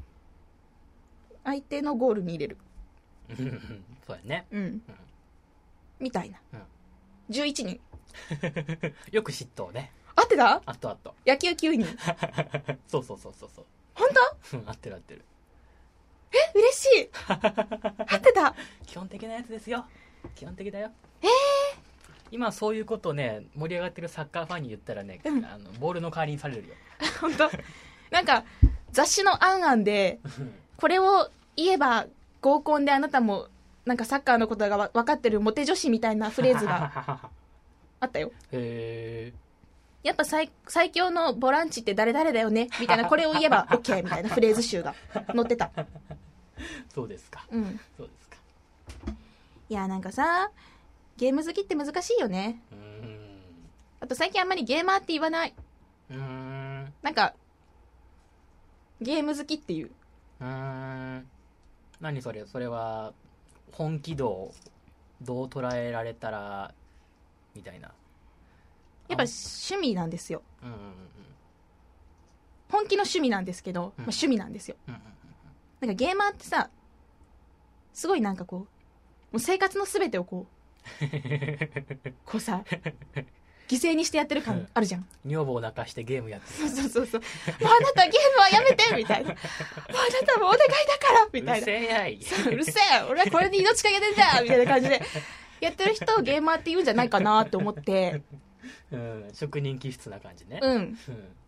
相手のゴールに入れるそうやね、うん、うん、 みたいな、うん、じゅういちにんよく嫉妬ね。 合ってた？ あったあった。 野球きゅうにんそうそうそうそうそう。 本当？ 合ってる合ってる。 え嬉しい合ってた。 基本的なやつですよ。基本的だよ。 えー、 今そういうことをね盛り上がってるサッカーファンに言ったらね、うん、あのボールの代わりにされるよ。 本当？なんか雑誌のあんあんでこれを言えば合コンであなたもなんかサッカーのことが分かってるモテ女子みたいなフレーズがあったよ。 へー。 やっぱ 最, 最強のボランチって誰々だよねみたいなこれを言えば OK みたいなフレーズ集が載ってた。 そうですか、 うん、 そうですか。 いやなんかさゲーム好きって難しいよね。うーんあと最近あんまりゲーマーって言わない。うーんなんかゲーム好きっていう。 うーん何それそれは本気度どう捉えられたらみたいな。 やっぱ趣味なんですよ、うんうんうん、本気の趣味なんですけど、うんまあ、趣味なんですよ、うんうんうん、なんかゲーマーってさすごいなんかこうもう生活のすべてをこうこうさ犠牲にしてやってる感あるじゃん。 女房を泣かしてゲームやってる。 そうそうそうそうもうあなたゲームはやめてみたいなもうあなたもお願いだからみたいな。 うるせえやいうるせえ俺はこれに命かけてんだみたいな感じでやってる人をゲーマーって言うんじゃないかなと思ってうん、職人気質な感じね、 うん、うん、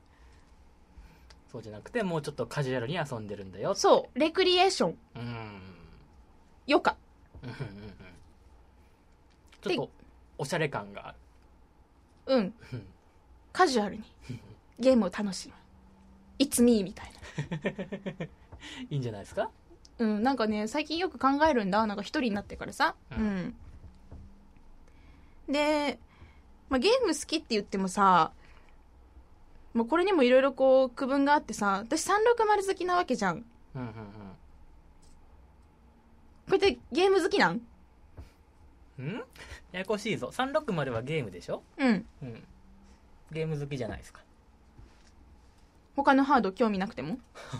そうじゃなくてもうちょっとカジュアルに遊んでるんだよ。 そうレクリエーション、うん、余暇、うんうんうん、 ちょっとおしゃれ感がある。 うんカジュアルにゲームを楽しむ It's me みたいないいんじゃないですか。 うんなんかね最近よく考えるんだなんか一人になってからさ、うん、うん、でまあ、ゲーム好きって言ってもさ、もうこれにもいろいろこう区分があってさ、私さんろくまる好きなわけじゃん。うんうんうん。こうやってゲーム好きなん？ ん？ややこしいぞ。さんろくまるはゲームでしょ？うん。うん。ゲーム好きじゃないですか。 他のハード興味なくても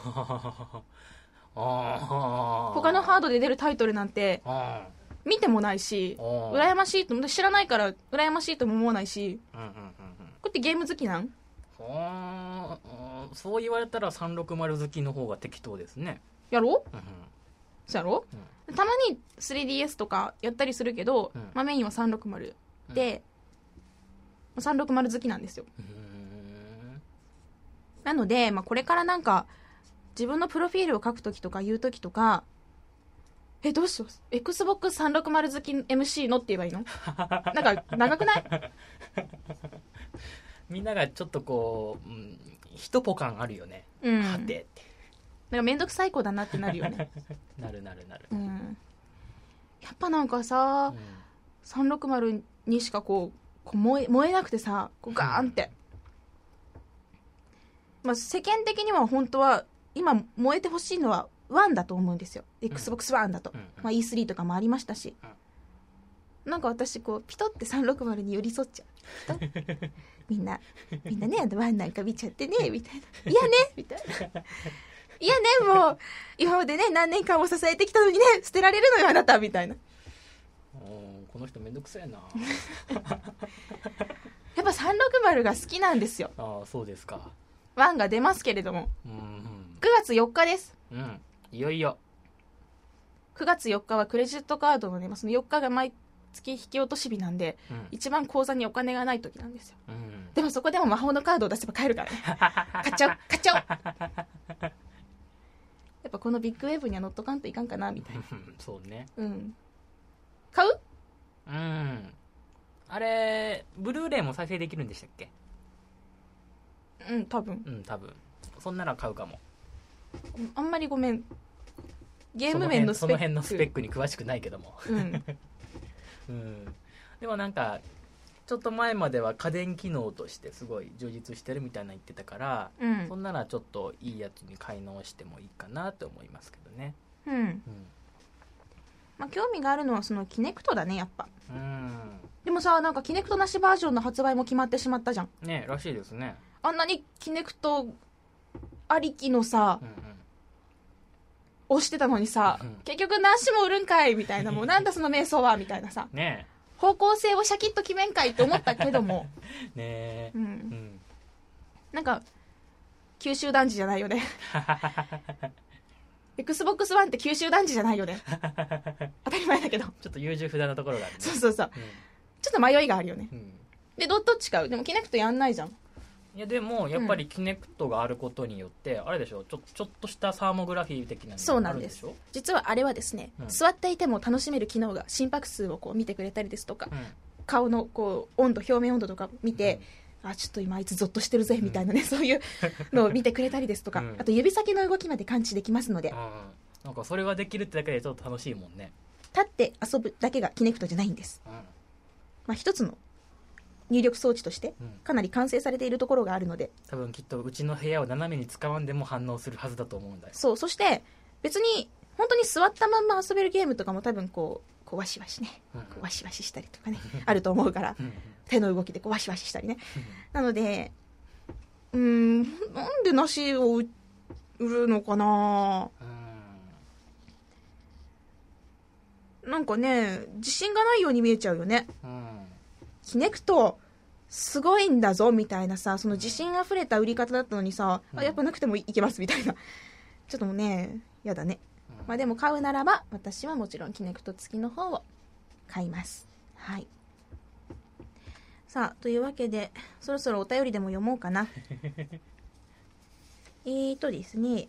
あ他のハードで出るタイトルなんて見てもないし、羨ましいと知らないから羨ましいとも思わないし、うんうんうんうん、こうやってゲーム好きなん？ あそう言われたらさんろくまる好きの方が適当ですね。 やろう、うんうん、そうやろ、うん、たまに スリーディーエス とかやったりするけど、うんまあ、メインはさんろくまるで、うん、さんろくまる好きなんですよ。なので、まあ、これからなんか自分のプロフィールを書くときとか言うときとか、えどうしよう エックスボックスさんろくまる 好き エムシー のって言えばいいの？なんか長くない？ みんながちょっとこう、うん、一ポ感あるよね、うん、はてってなんかめんどくさい子だなってなるよね。 なるなるなる、 うん、やっぱなんかさ、うん、さんろくまるにしかこう、こう燃え、燃えなくてさ、こうガーンって、うんまあ、世間的には本当は今燃えてほしいのはワンだと思うんですよ、うん、エックスボックスワン だと、うんまあ、イースリー とかもありましたし、うん、なんか私こうピトってさんろくまるに寄り添っちゃうみんなみんなねワンなんか見ちゃってねみたいな、いやねみたいないやねもう今までね何年間も支えてきたのにね捨てられるのよあなたみたいな。 おこの人めんどくせえなやっぱさんろくまるが好きなんですよ。 ああそうですか。 ワンが出ますけれども、うんうん、くがつよっかです。 うんいよいよくがつよっかはクレジットカードのねそのよっかが毎月引き落とし日なんで、うん、一番口座にお金がない時なんですよ、うん、でもそこでも魔法のカードを出せば買えるからね買っちゃおう買っちゃおうやっぱこのビッグウェーブには乗っとかんといかんかなみたいなそうねうん買う？ うんあれブルーレイも再生できるんでしたっけ？ うん多分うん多分そんなら買うかも。 あんまりごめんゲーム面のスペックその辺のスペックに詳しくないけどもうんうん、でもなんかちょっと前までは家電機能としてすごい充実してるみたいな言ってたから、うん、そんならちょっといいやつに買い直してもいいかなと思いますけどね。うん、うん、 まあ興味があるのはそのキネクトだねやっぱ。うんでもさなんかキネクトなしバージョンの発売も決まってしまったじゃんねらしいですね。 あんなにキネクトありきのさ、うんうん押してたのにさ、うん、結局なしも売るんかいみたいなもうなんだその瞑想はみたいなさ、ね、方向性をシャキッと決めんかいって思ったけどもね、うんうん、なんか九州男児じゃないよねエックスボックスワンって九州男児じゃないよね当たり前だけどちょっと優柔不断なところがある、ね、 そうそうそう、うん、ちょっと迷いがあるよね、うん、でどっち買う？でもキネクトやんないじゃん。 いやでもやっぱりキネクトがあることによって、うん、あれでしょちょ、ちょっとしたサーモグラフィー的なのがあるでしょ。そうなんです。実はあれはですね、うん、座っていても楽しめる機能が心拍数をこう見てくれたりですとか、うん、顔のこう温度表面温度とか見て、うん、あちょっと今あいつゾッとしてるぜみたいなね、うん、そういうのを見てくれたりですとか、うん、あと指先の動きまで感知できますので、うん、 なんかそれができるってだけでちょっと楽しいもんね。 立って遊ぶだけがキネクトじゃないんです、うんまあ、一つの入力装置としてかなり完成されているところがあるので、 多分きっとうちの部屋を斜めに使わんでも反応するはずだと思うんだよ。 そうそして別に本当に座ったまんま遊べるゲームとかも多分こうこうワシワシね、こうワシワシしたりとかねあると思うから手の動きでこうワシワシしたりねなのでうーんなんでなしを売るのかな。なんかね自信がないように見えちゃうよね。キネクトすごいんだぞみたいなさ、その自信あふれた売り方だったのにさ、うん、あやっぱなくてもいけますみたいなちょっともうねやだね、うん、まあでも買うならば私はもちろんキネクト付きの方を買います。はいさあというわけでそろそろお便りでも読もうかなえーとですね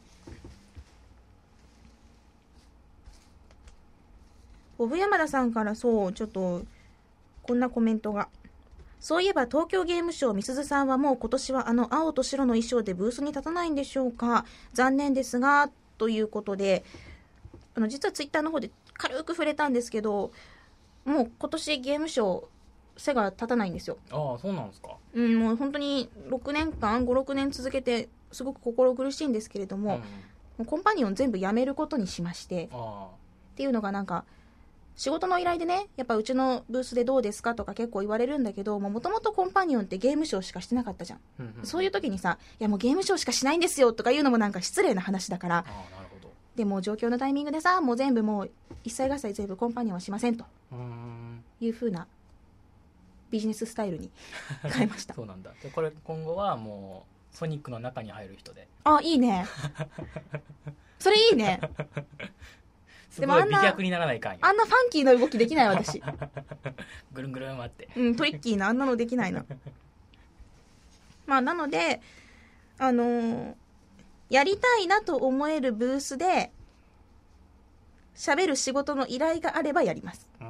ボブ山田さんからそうちょっとこんなコメントが。そういえば東京ゲームショウみすずさんはもう今年はあの青と白の衣装でブースに立たないんでしょうか。残念ですがということで、あの実はツイッターの方で軽く触れたんですけど、もう今年ゲームショウ背が立たないんですよ。 ああ、そうなんですか。 うん、もう本当にろくねんかんご、ろくねん続けてすごく心苦しいんですけれども、うん、もうコンパニオン全部やめることにしまして、あっていうのがなんか仕事の依頼でね、やっぱうちのブースでどうですかとか結構言われるんだけど、もともとコンパニオンってゲームショーしかしてなかったじゃん、うんうん、そういう時にさ、いやもうゲームショーしかしないんですよとか言うのもなんか失礼な話だから、あ、なるほど。でも状況のタイミングでさ、もう全部もう一切合切全部コンパニオンはしませんという風なビジネススタイルに変えましたそうなんだ。でこれ今後はもうソニックの中に入る人で、 あ、いいねそれいいねすごい美脚にならないかんよ。 あんなファンキーな動きできない私ぐるんぐるん回って、 うん、トリッキーなあんなのできないなまあなのであのー、やりたいなと思えるブースで喋る仕事の依頼があればやります。うん、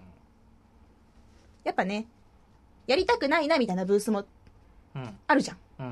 やっぱね、やりたくないなみたいなブースもあるじゃん、うん、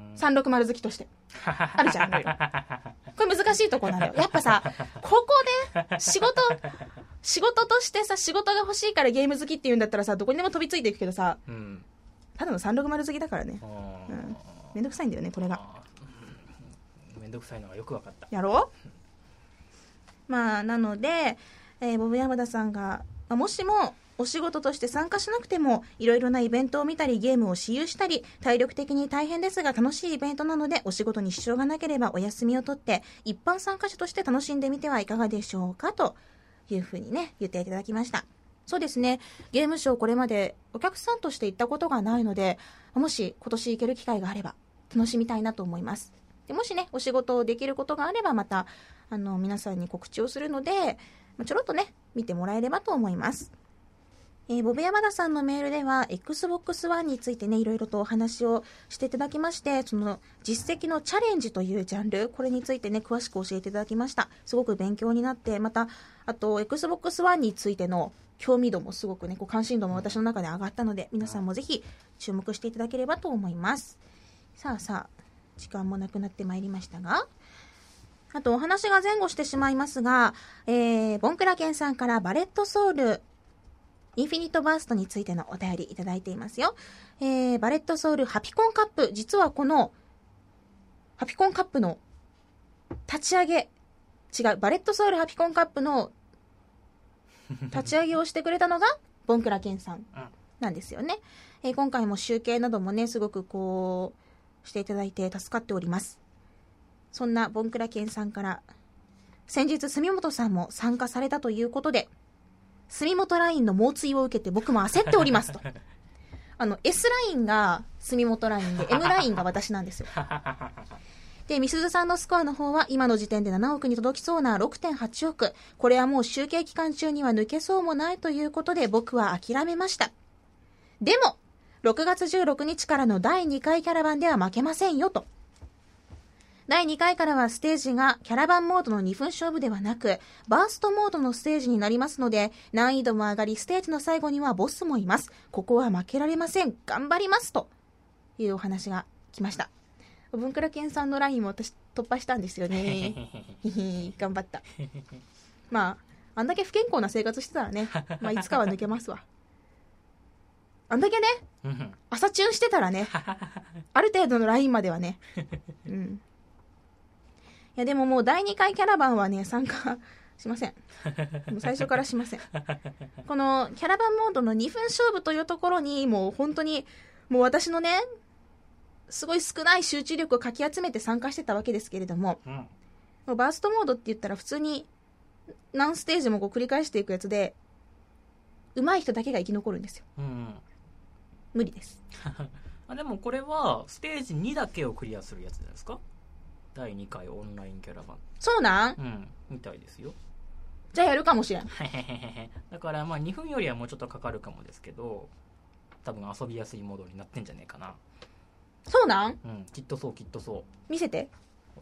さんろくまる好きとしてあるじゃんこれ難しいとこなんだよ。やっぱさ、ここで仕事仕事としてさ、仕事が欲しいからゲーム好きっていうんだったらさ、どこにでも飛びついていくけどさ、うん、ただのさんろくまる好きだからね、うん、めんどくさいんだよねこれが。 めんどくさいのがよく分かった。 やろう。まあなので、えー、ボブ山田さんが、まあ、もしもお仕事として参加しなくてもいろいろなイベントを見たりゲームを私有したり、体力的に大変ですが楽しいイベントなので、お仕事に支障がなければお休みを取って一般参加者として楽しんでみてはいかがでしょうかというふうにね言っていただきました。そうですね、ゲームショーこれまでお客さんとして行ったことがないので、もし今年行ける機会があれば楽しみたいなと思います。でもしねお仕事をできることがあればまたあの皆さんに告知をするので、ちょろっとね見てもらえればと思います。えー、ボブ山田さんのメールでは エックスボックスワン についてねいろいろとお話をしていただきまして、その実績のチャレンジというジャンル、これについてね詳しく教えていただきました。すごく勉強になって、またあと エックスボックスワン についての興味度もすごくねこう関心度も私の中で上がったので、皆さんもぜひ注目していただければと思います。さあさあ時間もなくなってまいりましたが、あとお話が前後してしまいますが、えー、ボンクラケンさんからバレットソウルインフィニットバーストについてのお便りいただいていますよ。えー、バレットソウルハピコンカップ、実はこのハピコンカップの立ち上げ違うバレットソウルハピコンカップの立ち上げをしてくれたのがボンクラケンさんなんですよね。えー、今回も集計などもねすごくこうしていただいて助かっております。そんなボンクラケンさんから先日住本さんも参加されたということで、住本ラインの猛追を受けて僕も焦っておりますとあの S ラインが住本ラインで M ラインが私なんですよでみすずさんのスコアの方は今の時点でななおくに届きそうな ろくてんはちおく、これはもう集計期間中には抜けそうもないということで僕は諦めました。でもろくがつじゅうろくにちからのだいにかいキャラバンでは負けませんよと。だいにかいからはステージがキャラバンモードのにふん勝負ではなくバーストモードのステージになりますので、難易度も上がりステージの最後にはボスもいます。ここは負けられません、頑張りますというお話が来ました。文倉健さんのラインも私突破したんですよね頑張ったまああんだけ不健康な生活してたらね、まあ、いつかは抜けますわあんだけね朝チュンしてたらねある程度のラインまではねうんいやでももうだいにかいキャラバンはね参加しません。もう最初からしません。このキャラバンモードのにふん勝負というところにもう本当にもう私のねすごい少ない集中力をかき集めて参加してたわけですけれども、うん、もうバーストモードって言ったら普通に何ステージもこう繰り返していくやつで上手い人だけが生き残るんですよ、うん、無理ですあでもこれはステージにだけをクリアするやつですか？だいにかいオンラインキャラバン。 そうなん？ うん、みたいですよ。 じゃあやるかもしれんだからまあにふんよりはもうちょっとかかるかもですけど、多分遊びやすいモードになってんじゃねえかな。 そうなん？ うん、きっとそうきっとそう。 見せて。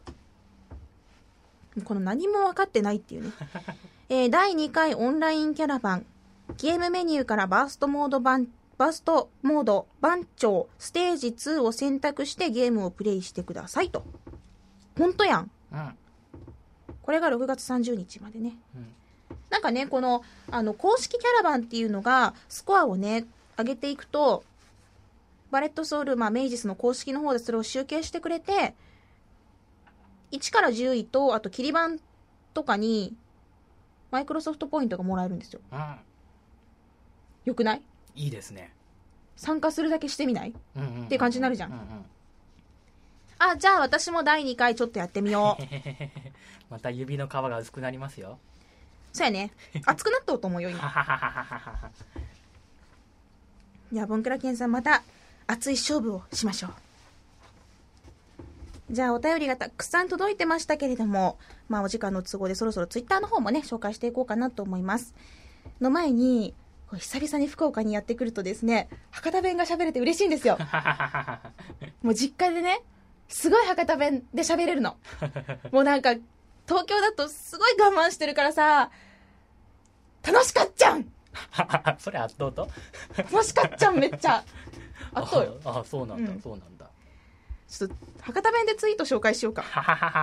この何も分かってないっていうね、えー、だいにかいオンラインキャラバン、ゲームメニューからバーストモード版バーストモード番長ステージツーを選択してゲームをプレイしてくださいと。ほんとやん、うん、これがろくがつさんじゅうにちまでね、うん、なんかねこの、あの公式キャラバンっていうのがスコアをね上げていくと、バレットソウル、まあ、メイジスの公式の方でそれを集計してくれて、いちからじゅういと、あと、切り板とかに、マイクロソフトポイントがもらえるんですよ。うん。よくない？ いいですね。 参加するだけしてみない？ うんうんうんうん、 っていう感じになるじゃん。 うんうん、 あ、じゃあ私もだいにかいちょっとやってみよう。 また指の皮が薄くなりますよ。 そうやね。熱くなっとうと思うよ、今。じゃあ、ボンクラケンさん、また熱い勝負をしましょう。じゃあ、お便りがたくさん届いてましたけれども、まあ、お時間の都合でそろそろツイッターの方もね、紹介していこうかなと思います。の前に、久々に福岡にやってくるとですね、博多弁が喋れて嬉しいんですよ。もう実家でね、すごい博多弁で喋れるの。もうなんか、東京だとすごい我慢してるからさ、楽しかっちゃんそれあっとうと楽しかっちゃんめっちゃ。あっとうよ。 ああ、そうなんだ、うん、そうなんだ。 ちょっと、博多弁でツイート紹介しようか。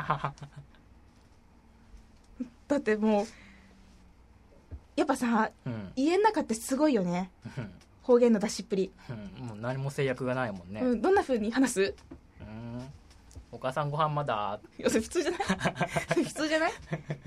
だってもう、やっぱさ、うん、家の中ってすごいよね。方言の出しっぷり。 うん、もう何も制約がないもんね。 うん、どんな風に話す？ うん、お母さんご飯まだ。 いや、それ普通じゃない普通じゃない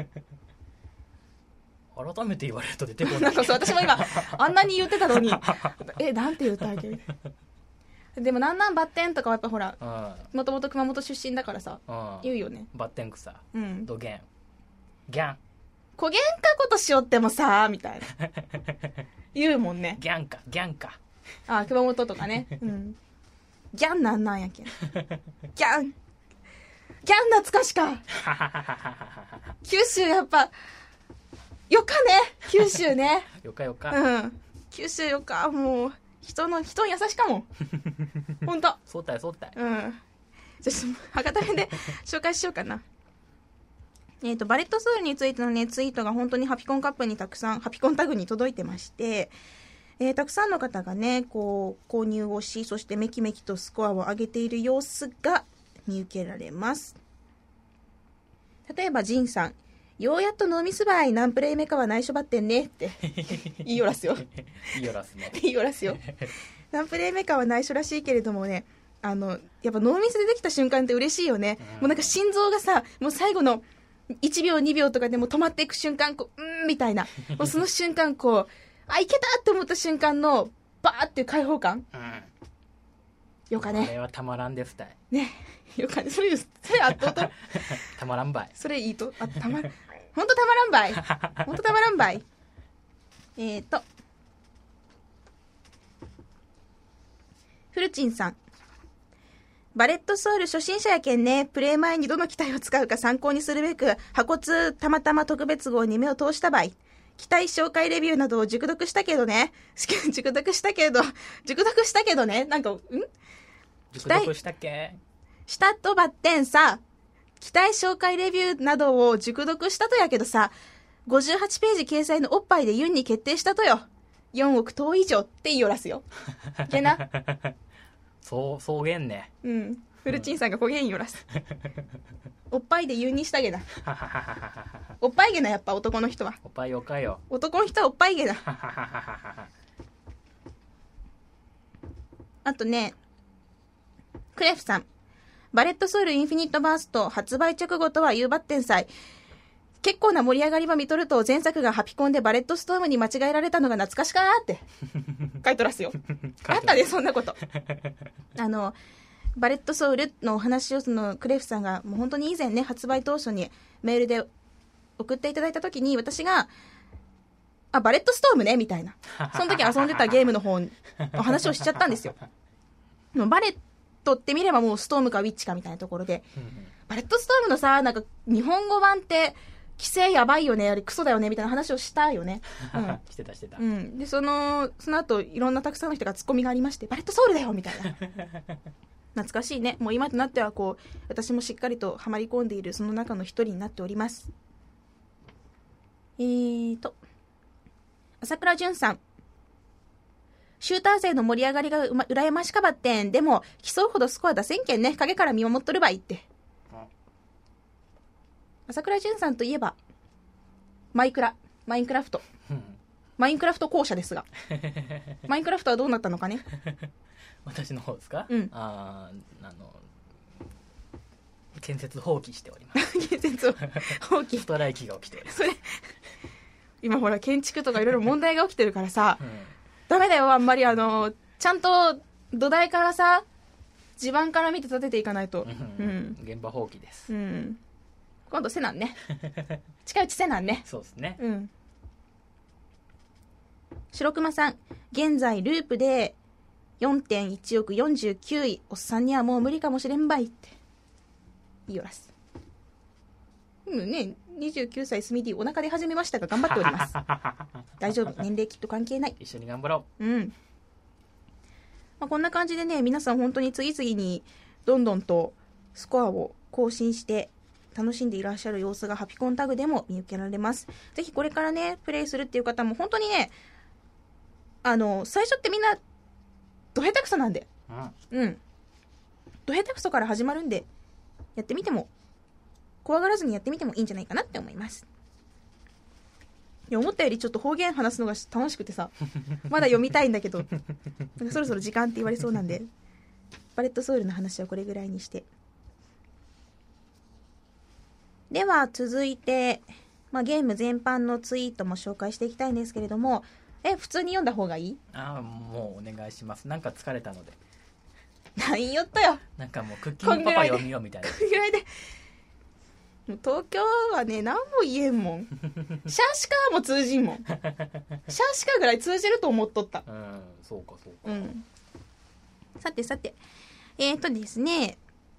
改めて言われると出てこない。 なんかそう、私も今あんなに言ってたのにえ、なんて言ったわけでもなんなんバッテンとかはやっぱほら、もともと熊本出身だからさ、うん、言うよね。 バッテン草、 うん、 ドゲンギャンこげんかことしよってもさみたいな言うもんね。 ギャンかギャンか。 あ、熊本とかね、うん、ギャンなんなんやけんギャンギャン懐かしか九州やっぱよかね、九州ねよかよか、 うん、九州よか。もう人の人に優しかもんほんとそうたよそうたよ。 うん、じゃあ博多弁で紹介しようかな。えーと、バレットソウルについてのね、ツイートが本当にハピコンカップにたくさん、ハピコンタグに届いてまして、えー、たくさんの方がね、こう、購入をし、そしてメキメキとスコアを上げている様子が見受けられます。例えば、ジンさん、ようやっとノーミスバイ、ナンプレイメカは内緒ばってんねって言いよらすよ。 言いよらすね。 言いよらすよ。ナンプレイメカは内緒らしいけれどもね、あの、やっぱノーミスでできた瞬間って嬉しいよね。もうなんか心臓がさ、もう最後の、いちびょうにびょうとかでも止まっていく瞬間、こう、うーんみたいな。もうその瞬間、こう、あ、いけたって思った瞬間の、バーっていう開放感。うん。よかね。 これはたまらんですたい。 ね。よかね。それ、それあっとうと。 たまらんばい。 それいいと、あ、たま、ほんとたまらんばい。ほんとたまらんばい。えーと。フルチンさん。バレットソウル初心者やけんね、プレイ前にどの機体を使うか参考にするべく、箱通たまたま特別号に目を通した場合、機体紹介レビューなどを熟読したけどね、熟読したけど、熟読したけどね、なんか、ん熟読したっけしたとばってんさ、機体紹介レビューなどを熟読したとやけどさ、ごじゅうはちページ掲載のおっぱいでユンに決定したとよ。よんおく等以上って言いよらすよ。けな。 そう、そうげんね。 うん。フルチンさんがこげんよらす。おっぱいで言うにしたげな。おっぱいげな、やっぱ男の人は。 おっぱいおかよ。 男の人はおっぱいげな。あとね、クレフさん。バレットソウルインフィニットバースト発売直後とは言うばってんさい。結構な盛り上がりは見とると前作がハピコンでバレットストームに間違えられたのが懐かしかーって書いとらすよ。あったね、そんなこと。あの、バレットソウルのお話をそのクレフさんがもう本当に以前ね、発売当初にメールで送っていただいたときに私が、あ、バレットストームねみたいな。その時遊んでたゲームの方の話をしちゃったんですよ。バレットって見ればもうストームかウィッチかみたいなところで、バレットストームのさ、なんか日本語版って規制やばいよね、あれクソだよねみたいな話をしたよね。 うん、してたしてた。 うん。で、その、その後いろんなたくさんの人がツッコミがありまして、バレットソウルだよみたいな。懐かしいね。もう今となってはこう、私もしっかりとはまり込んでいるその中の一人になっております。えーと、朝倉淳さん。シューター勢の盛り上がりがうま、羨ましかばってん。でも、競うほどスコア出せんけんね。影から見守っとるばいって。朝倉淳さんといえば、マイクラ、マインクラフト。 マインクラフト校舎ですがマインクラフトはどうなったのかね私の方ですか？ うん。 ああの建設放棄しております建設を放棄ストライキが起きております。 それ今ほら建築とかいろいろ問題が起きてるからさ、 うん、 ダメだよ。あんまりあのちゃんと土台からさ、地盤から見て建てていかないと、 うん、現場放棄です、 うん、今度セナンね近いうちセナンね。 そうですね。 うん。白熊さん、現在ループで よんてんいちおくよんじゅうきゅうい、おっさんにはもう無理かもしれんばいって言いよらす。うんね、にじゅうきゅうさいスミディお腹で始めましたが頑張っております大丈夫、年齢きっと関係ない。 一緒に頑張ろう。うん。まあ、こんな感じでね、皆さん本当に次々にどんどんとスコアを更新して楽しんでいらっしゃる様子がハピコンタグでも見受けられます。ぜひこれからねプレイするっていう方も本当にね、あの最初ってみんなど下手くそなんで、うん、うん、ど下手くそから始まるんで、やってみても怖がらずにやってみてもいいんじゃないかなって思います。いや思ったよりちょっと方言話すのが楽しくてさまだ読みたいんだけどなんかそろそろ時間って言われそうなんでバレットソウルの話はこれぐらいにして、では続いて、まあ、ゲーム全般のツイートも紹介していきたいんですけれども、え普通に読んだ方がいい？ ああもうお願いします。なんか疲れたので。 何言ったよ。 なんかもうクッキングパパ読みようみたいな。 こんぐらいで東京はね何も言えんもんシャーシカーも通じんもんシャーシカーぐらい通じると思っとった。 うんそうかそうか、 うん、さてさてえーとですね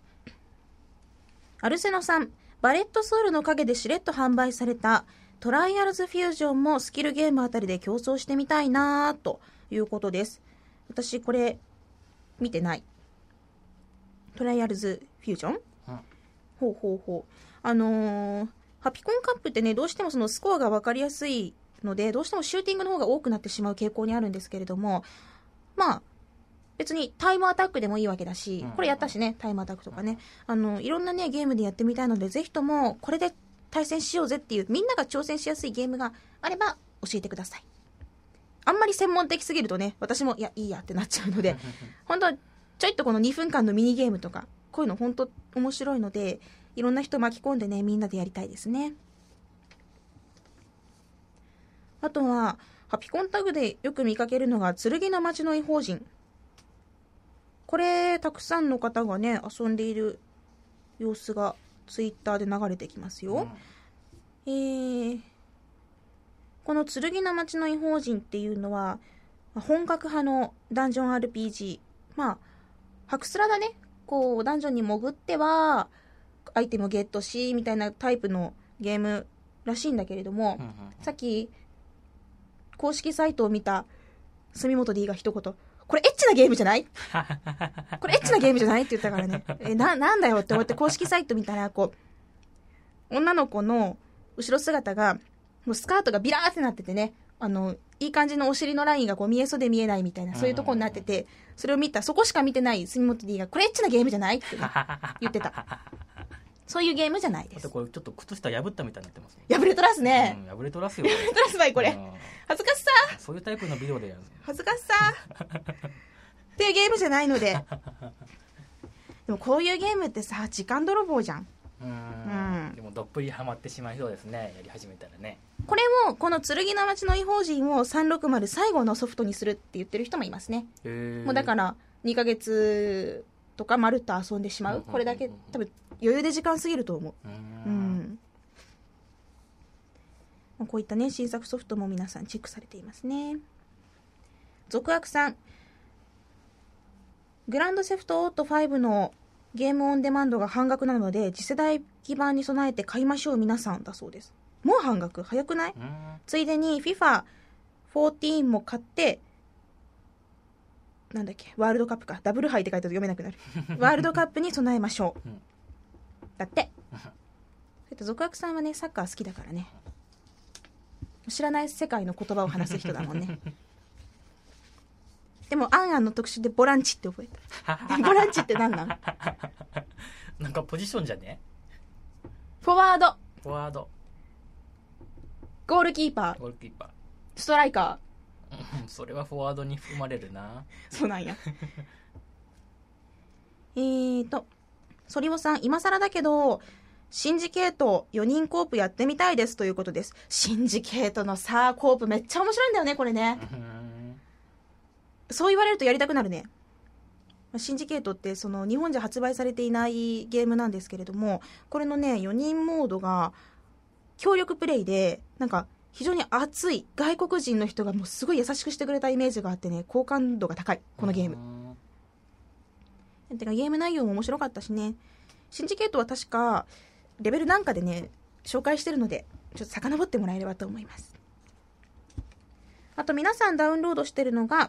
アルセノさん、バレットソウルの陰でしれっと販売されたトライアルズフュージョンもスキルゲームあたりで競争してみたいなということです。私これ見てない。トライアルズフュージョン、うん、ほうほうほう。あのー、ハピコンカップってねどうしてもそのスコアが分かりやすいのでどうしてもシューティングの方が多くなってしまう傾向にあるんですけれども、まあ別にタイムアタックでもいいわけだし、これやったしね、タイムアタックとかね、あのいろんなねゲームでやってみたいのでぜひともこれで対戦しようぜっていうみんなが挑戦しやすいゲームがあれば教えてください。あんまり専門的すぎるとね私もいやいいやってなっちゃうので本当ちょいっとこのにふんかんのミニゲームとかこういうの本当面白いのでいろんな人巻き込んでねみんなでやりたいですね。あとはハピコンタグでよく見かけるのが剣の町の異邦人。これたくさんの方がね遊んでいる様子がツイッターで流れてきますよ、うん、えー、この剣の町の異邦人っていうのは本格派のダンジョン アールピージー、まあハクスラだね、こうダンジョンに潜ってはアイテムをゲットしみたいなタイプのゲームらしいんだけれども、うんうんうん、さっき公式サイトを見た住本 D が一言、これエッチなゲームじゃないこれエッチなゲームじゃないって言ったからねえ な, なんだよって思って公式サイト見たらこう女の子の後ろ姿がもうスカートがビラーってなっててね、あのいい感じのお尻のラインがこう見えそうで見えないみたいなそういうところになってて、それを見たそこしか見てない住本 D がこれエッチなゲームじゃないって、ね、言ってたそういうゲームじゃないです。 これちょっと靴下破ったみたいになってます、 ね、破れとらすね、 うん、破れとらすよ破れとらすばいこれ、うん、恥ずかしさそういうタイプのビデオでやる恥ずかしさっていうゲームじゃないのででもこういうゲームってさ時間泥棒じゃん。 うん、うん、でもどっぷりハマってしまいそうですねやり始めたらね。 これもこの剣の町の異邦人をさんろくまる最後のソフトにするって言ってる人もいますね。 へもうだからにかげつとかまるっと遊んでしまう、これだけ多分余裕で時間過ぎると思う。うん、うん、こういったね新作ソフトも皆さんチェックされていますね。続悪さん、グランドセフトオートファイブのゲームオンデマンドが半額なので次世代基盤に備えて買いましょう皆さんだそうです。もう半額早くない？ついでに フィファフォーティーン も買ってなんだっけワールドカップかダブルハイって書いてあると読めなくなるワールドカップに備えましょう、うん、だって続悪さんはねサッカー好きだからね知らない世界の言葉を話す人だもんねでもアンアンの特集でボランチって覚えたボランチって何なんなんかポジションじゃね。 フォワードフォワードゴールキーパーゴールキーパーストライカーそれはフォワードに含まれるな。 そうなんやえーとソリオさん、今更だけどシンジケートよにんコープやってみたいですということです。シンジケートのさコープめっちゃ面白いんだよねこれねそう言われるとやりたくなるね。シンジケートってその日本じゃ発売されていないゲームなんですけれども、これのねよにんモードが協力プレイでなんか非常に熱い外国人の人がもうすごい優しくしてくれたイメージがあってね、好感度が高いこのゲーム。てかゲーム内容も面白かったしね。シンジケートは確かレベルなんかでね紹介してるのでちょっと遡ってもらえればと思います。あと皆さんダウンロードしてるのが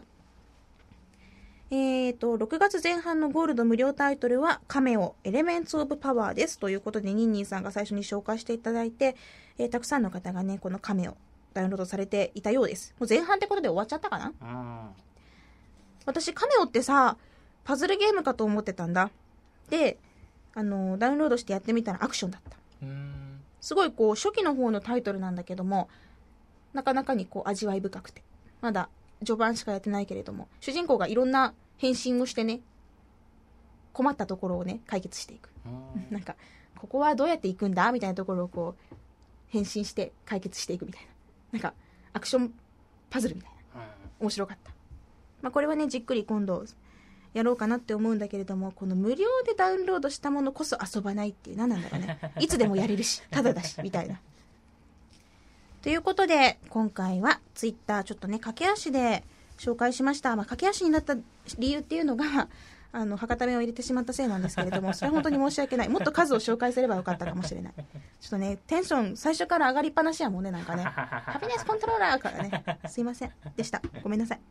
えーとろくがつぜん半のゴールド無料タイトルはカメオエレメンツオブパワーですということで、ニンニンさんが最初に紹介していただいて、えー、たくさんの方がねこのカメオダウンロードされていたようです。もう前半ってことで終わっちゃったかな。私カメオってさパズルゲームかと思ってたんだ。であのダウンロードしてやってみたらアクションだった。うーんすごいこう初期の方のタイトルなんだけども、なかなかにこう味わい深くて、まだ序盤しかやってないけれども、主人公がいろんな変身をしてね困ったところをね解決していく。なんかここはどうやっていくんだみたいなところをこう変身して解決していくみたいな、なんかアクションパズルみたいな、面白かった。まあ、これはねじっくり今度やろうかなって思うんだけれども、この無料でダウンロードしたものこそ遊ばないっていう何なんだろうねいつでもやれるしタダだしみたいな。ということで今回はツイッターちょっとね駆け足で紹介しました。まあ、駆け足になった理由っていうのがあの博多弁を入れてしまったせいなんですけれども、それは本当に申し訳ない。もっと数を紹介すればよかったかもしれない。ちょっとねテンション最初から上がりっぱなしやもんね、なんかねハピネスコントローラーからねすいませんでした、ごめんなさい。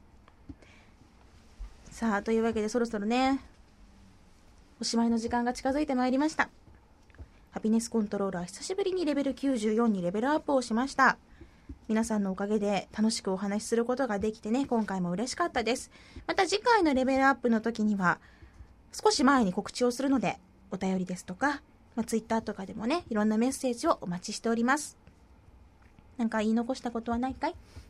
さあというわけでそろそろねおしまいの時間が近づいてまいりました。ハピネスコントローラー久しぶりにレベルきゅうじゅうよんにレベルアップをしました。皆さんのおかげで楽しくお話しすることができてね、今回も嬉しかったです。また次回のレベルアップの時には少し前に告知をするので、お便りですとか、まあ、ツイッターとかでもねいろんなメッセージをお待ちしております。なんか言い残したことはないかい？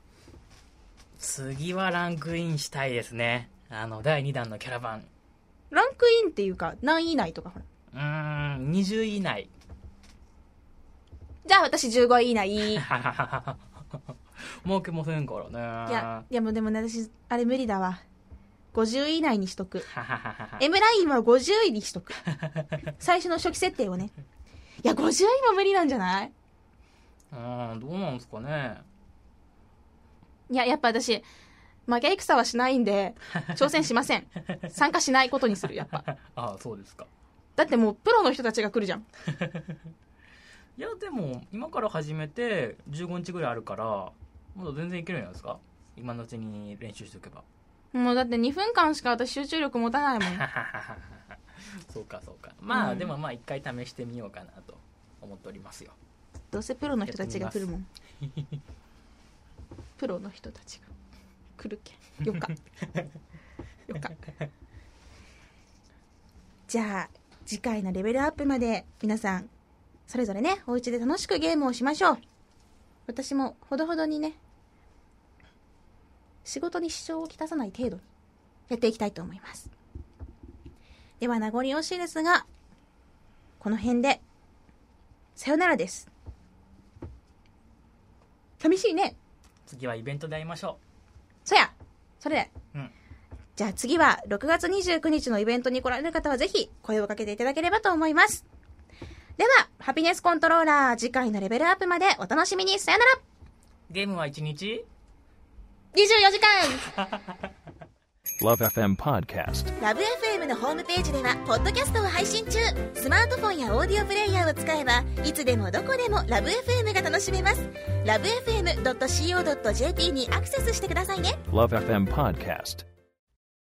次はランクインしたいですね。あのだいにだんのキャラバン。 ランクインっていうか何位以内とかほら、うーんにじゅうい以内。 じゃあ私じゅうごい以内儲けませんからね。 いやいやもうでもね私あれ無理だわ。ごじゅうい以内にしとくM ラインはごじゅういにしとく最初の初期設定をね。いやごじゅういも無理なんじゃない？ あーどうなんですかね。 いややっぱ私負け戦はしないんで挑戦しません参加しないことにする。やっぱああそうですか。 だってもうプロの人たちが来るじゃんいやでも今から始めてじゅうごにちぐらいあるからまだ全然いけるんじゃないですか。今のうちに練習しておけば。 もうだってにふんかんしか私集中力持たないもんそうかそうか。まあ、うん、でもまあ一回試してみようかなと思っておりますよ。 どうせプロの人たちが来るもんプロの人たちが来るけんよかよかじゃあ次回のレベルアップまで皆さんそれぞれねお家で楽しくゲームをしましょう。私もほどほどにね仕事に支障をきたさない程度にやっていきたいと思います。では名残惜しいですがこの辺でさよならです。寂しいね。 次はイベントで会いましょう。 そやそれで、 うん、 じゃあ次はろくがつにじゅうくにちのイベントに来られる方はぜひ声をかけていただければと思います。ではハピネスコントローラー次回のレベルアップまでお楽しみに。さよなら。 ゲームはいちにちにじゅうよじかん Love エフエム Podcast。 ラブ エフエム のホームページではポッドキャストを配信中。スマートフォンやオーディオプレイヤーを使えばいつでもどこでもラブ エフエム が楽しめます。ラブ エフエムドットシーオードットジェーピー にアクセスしてくださいね。 Love エフエム Podcast。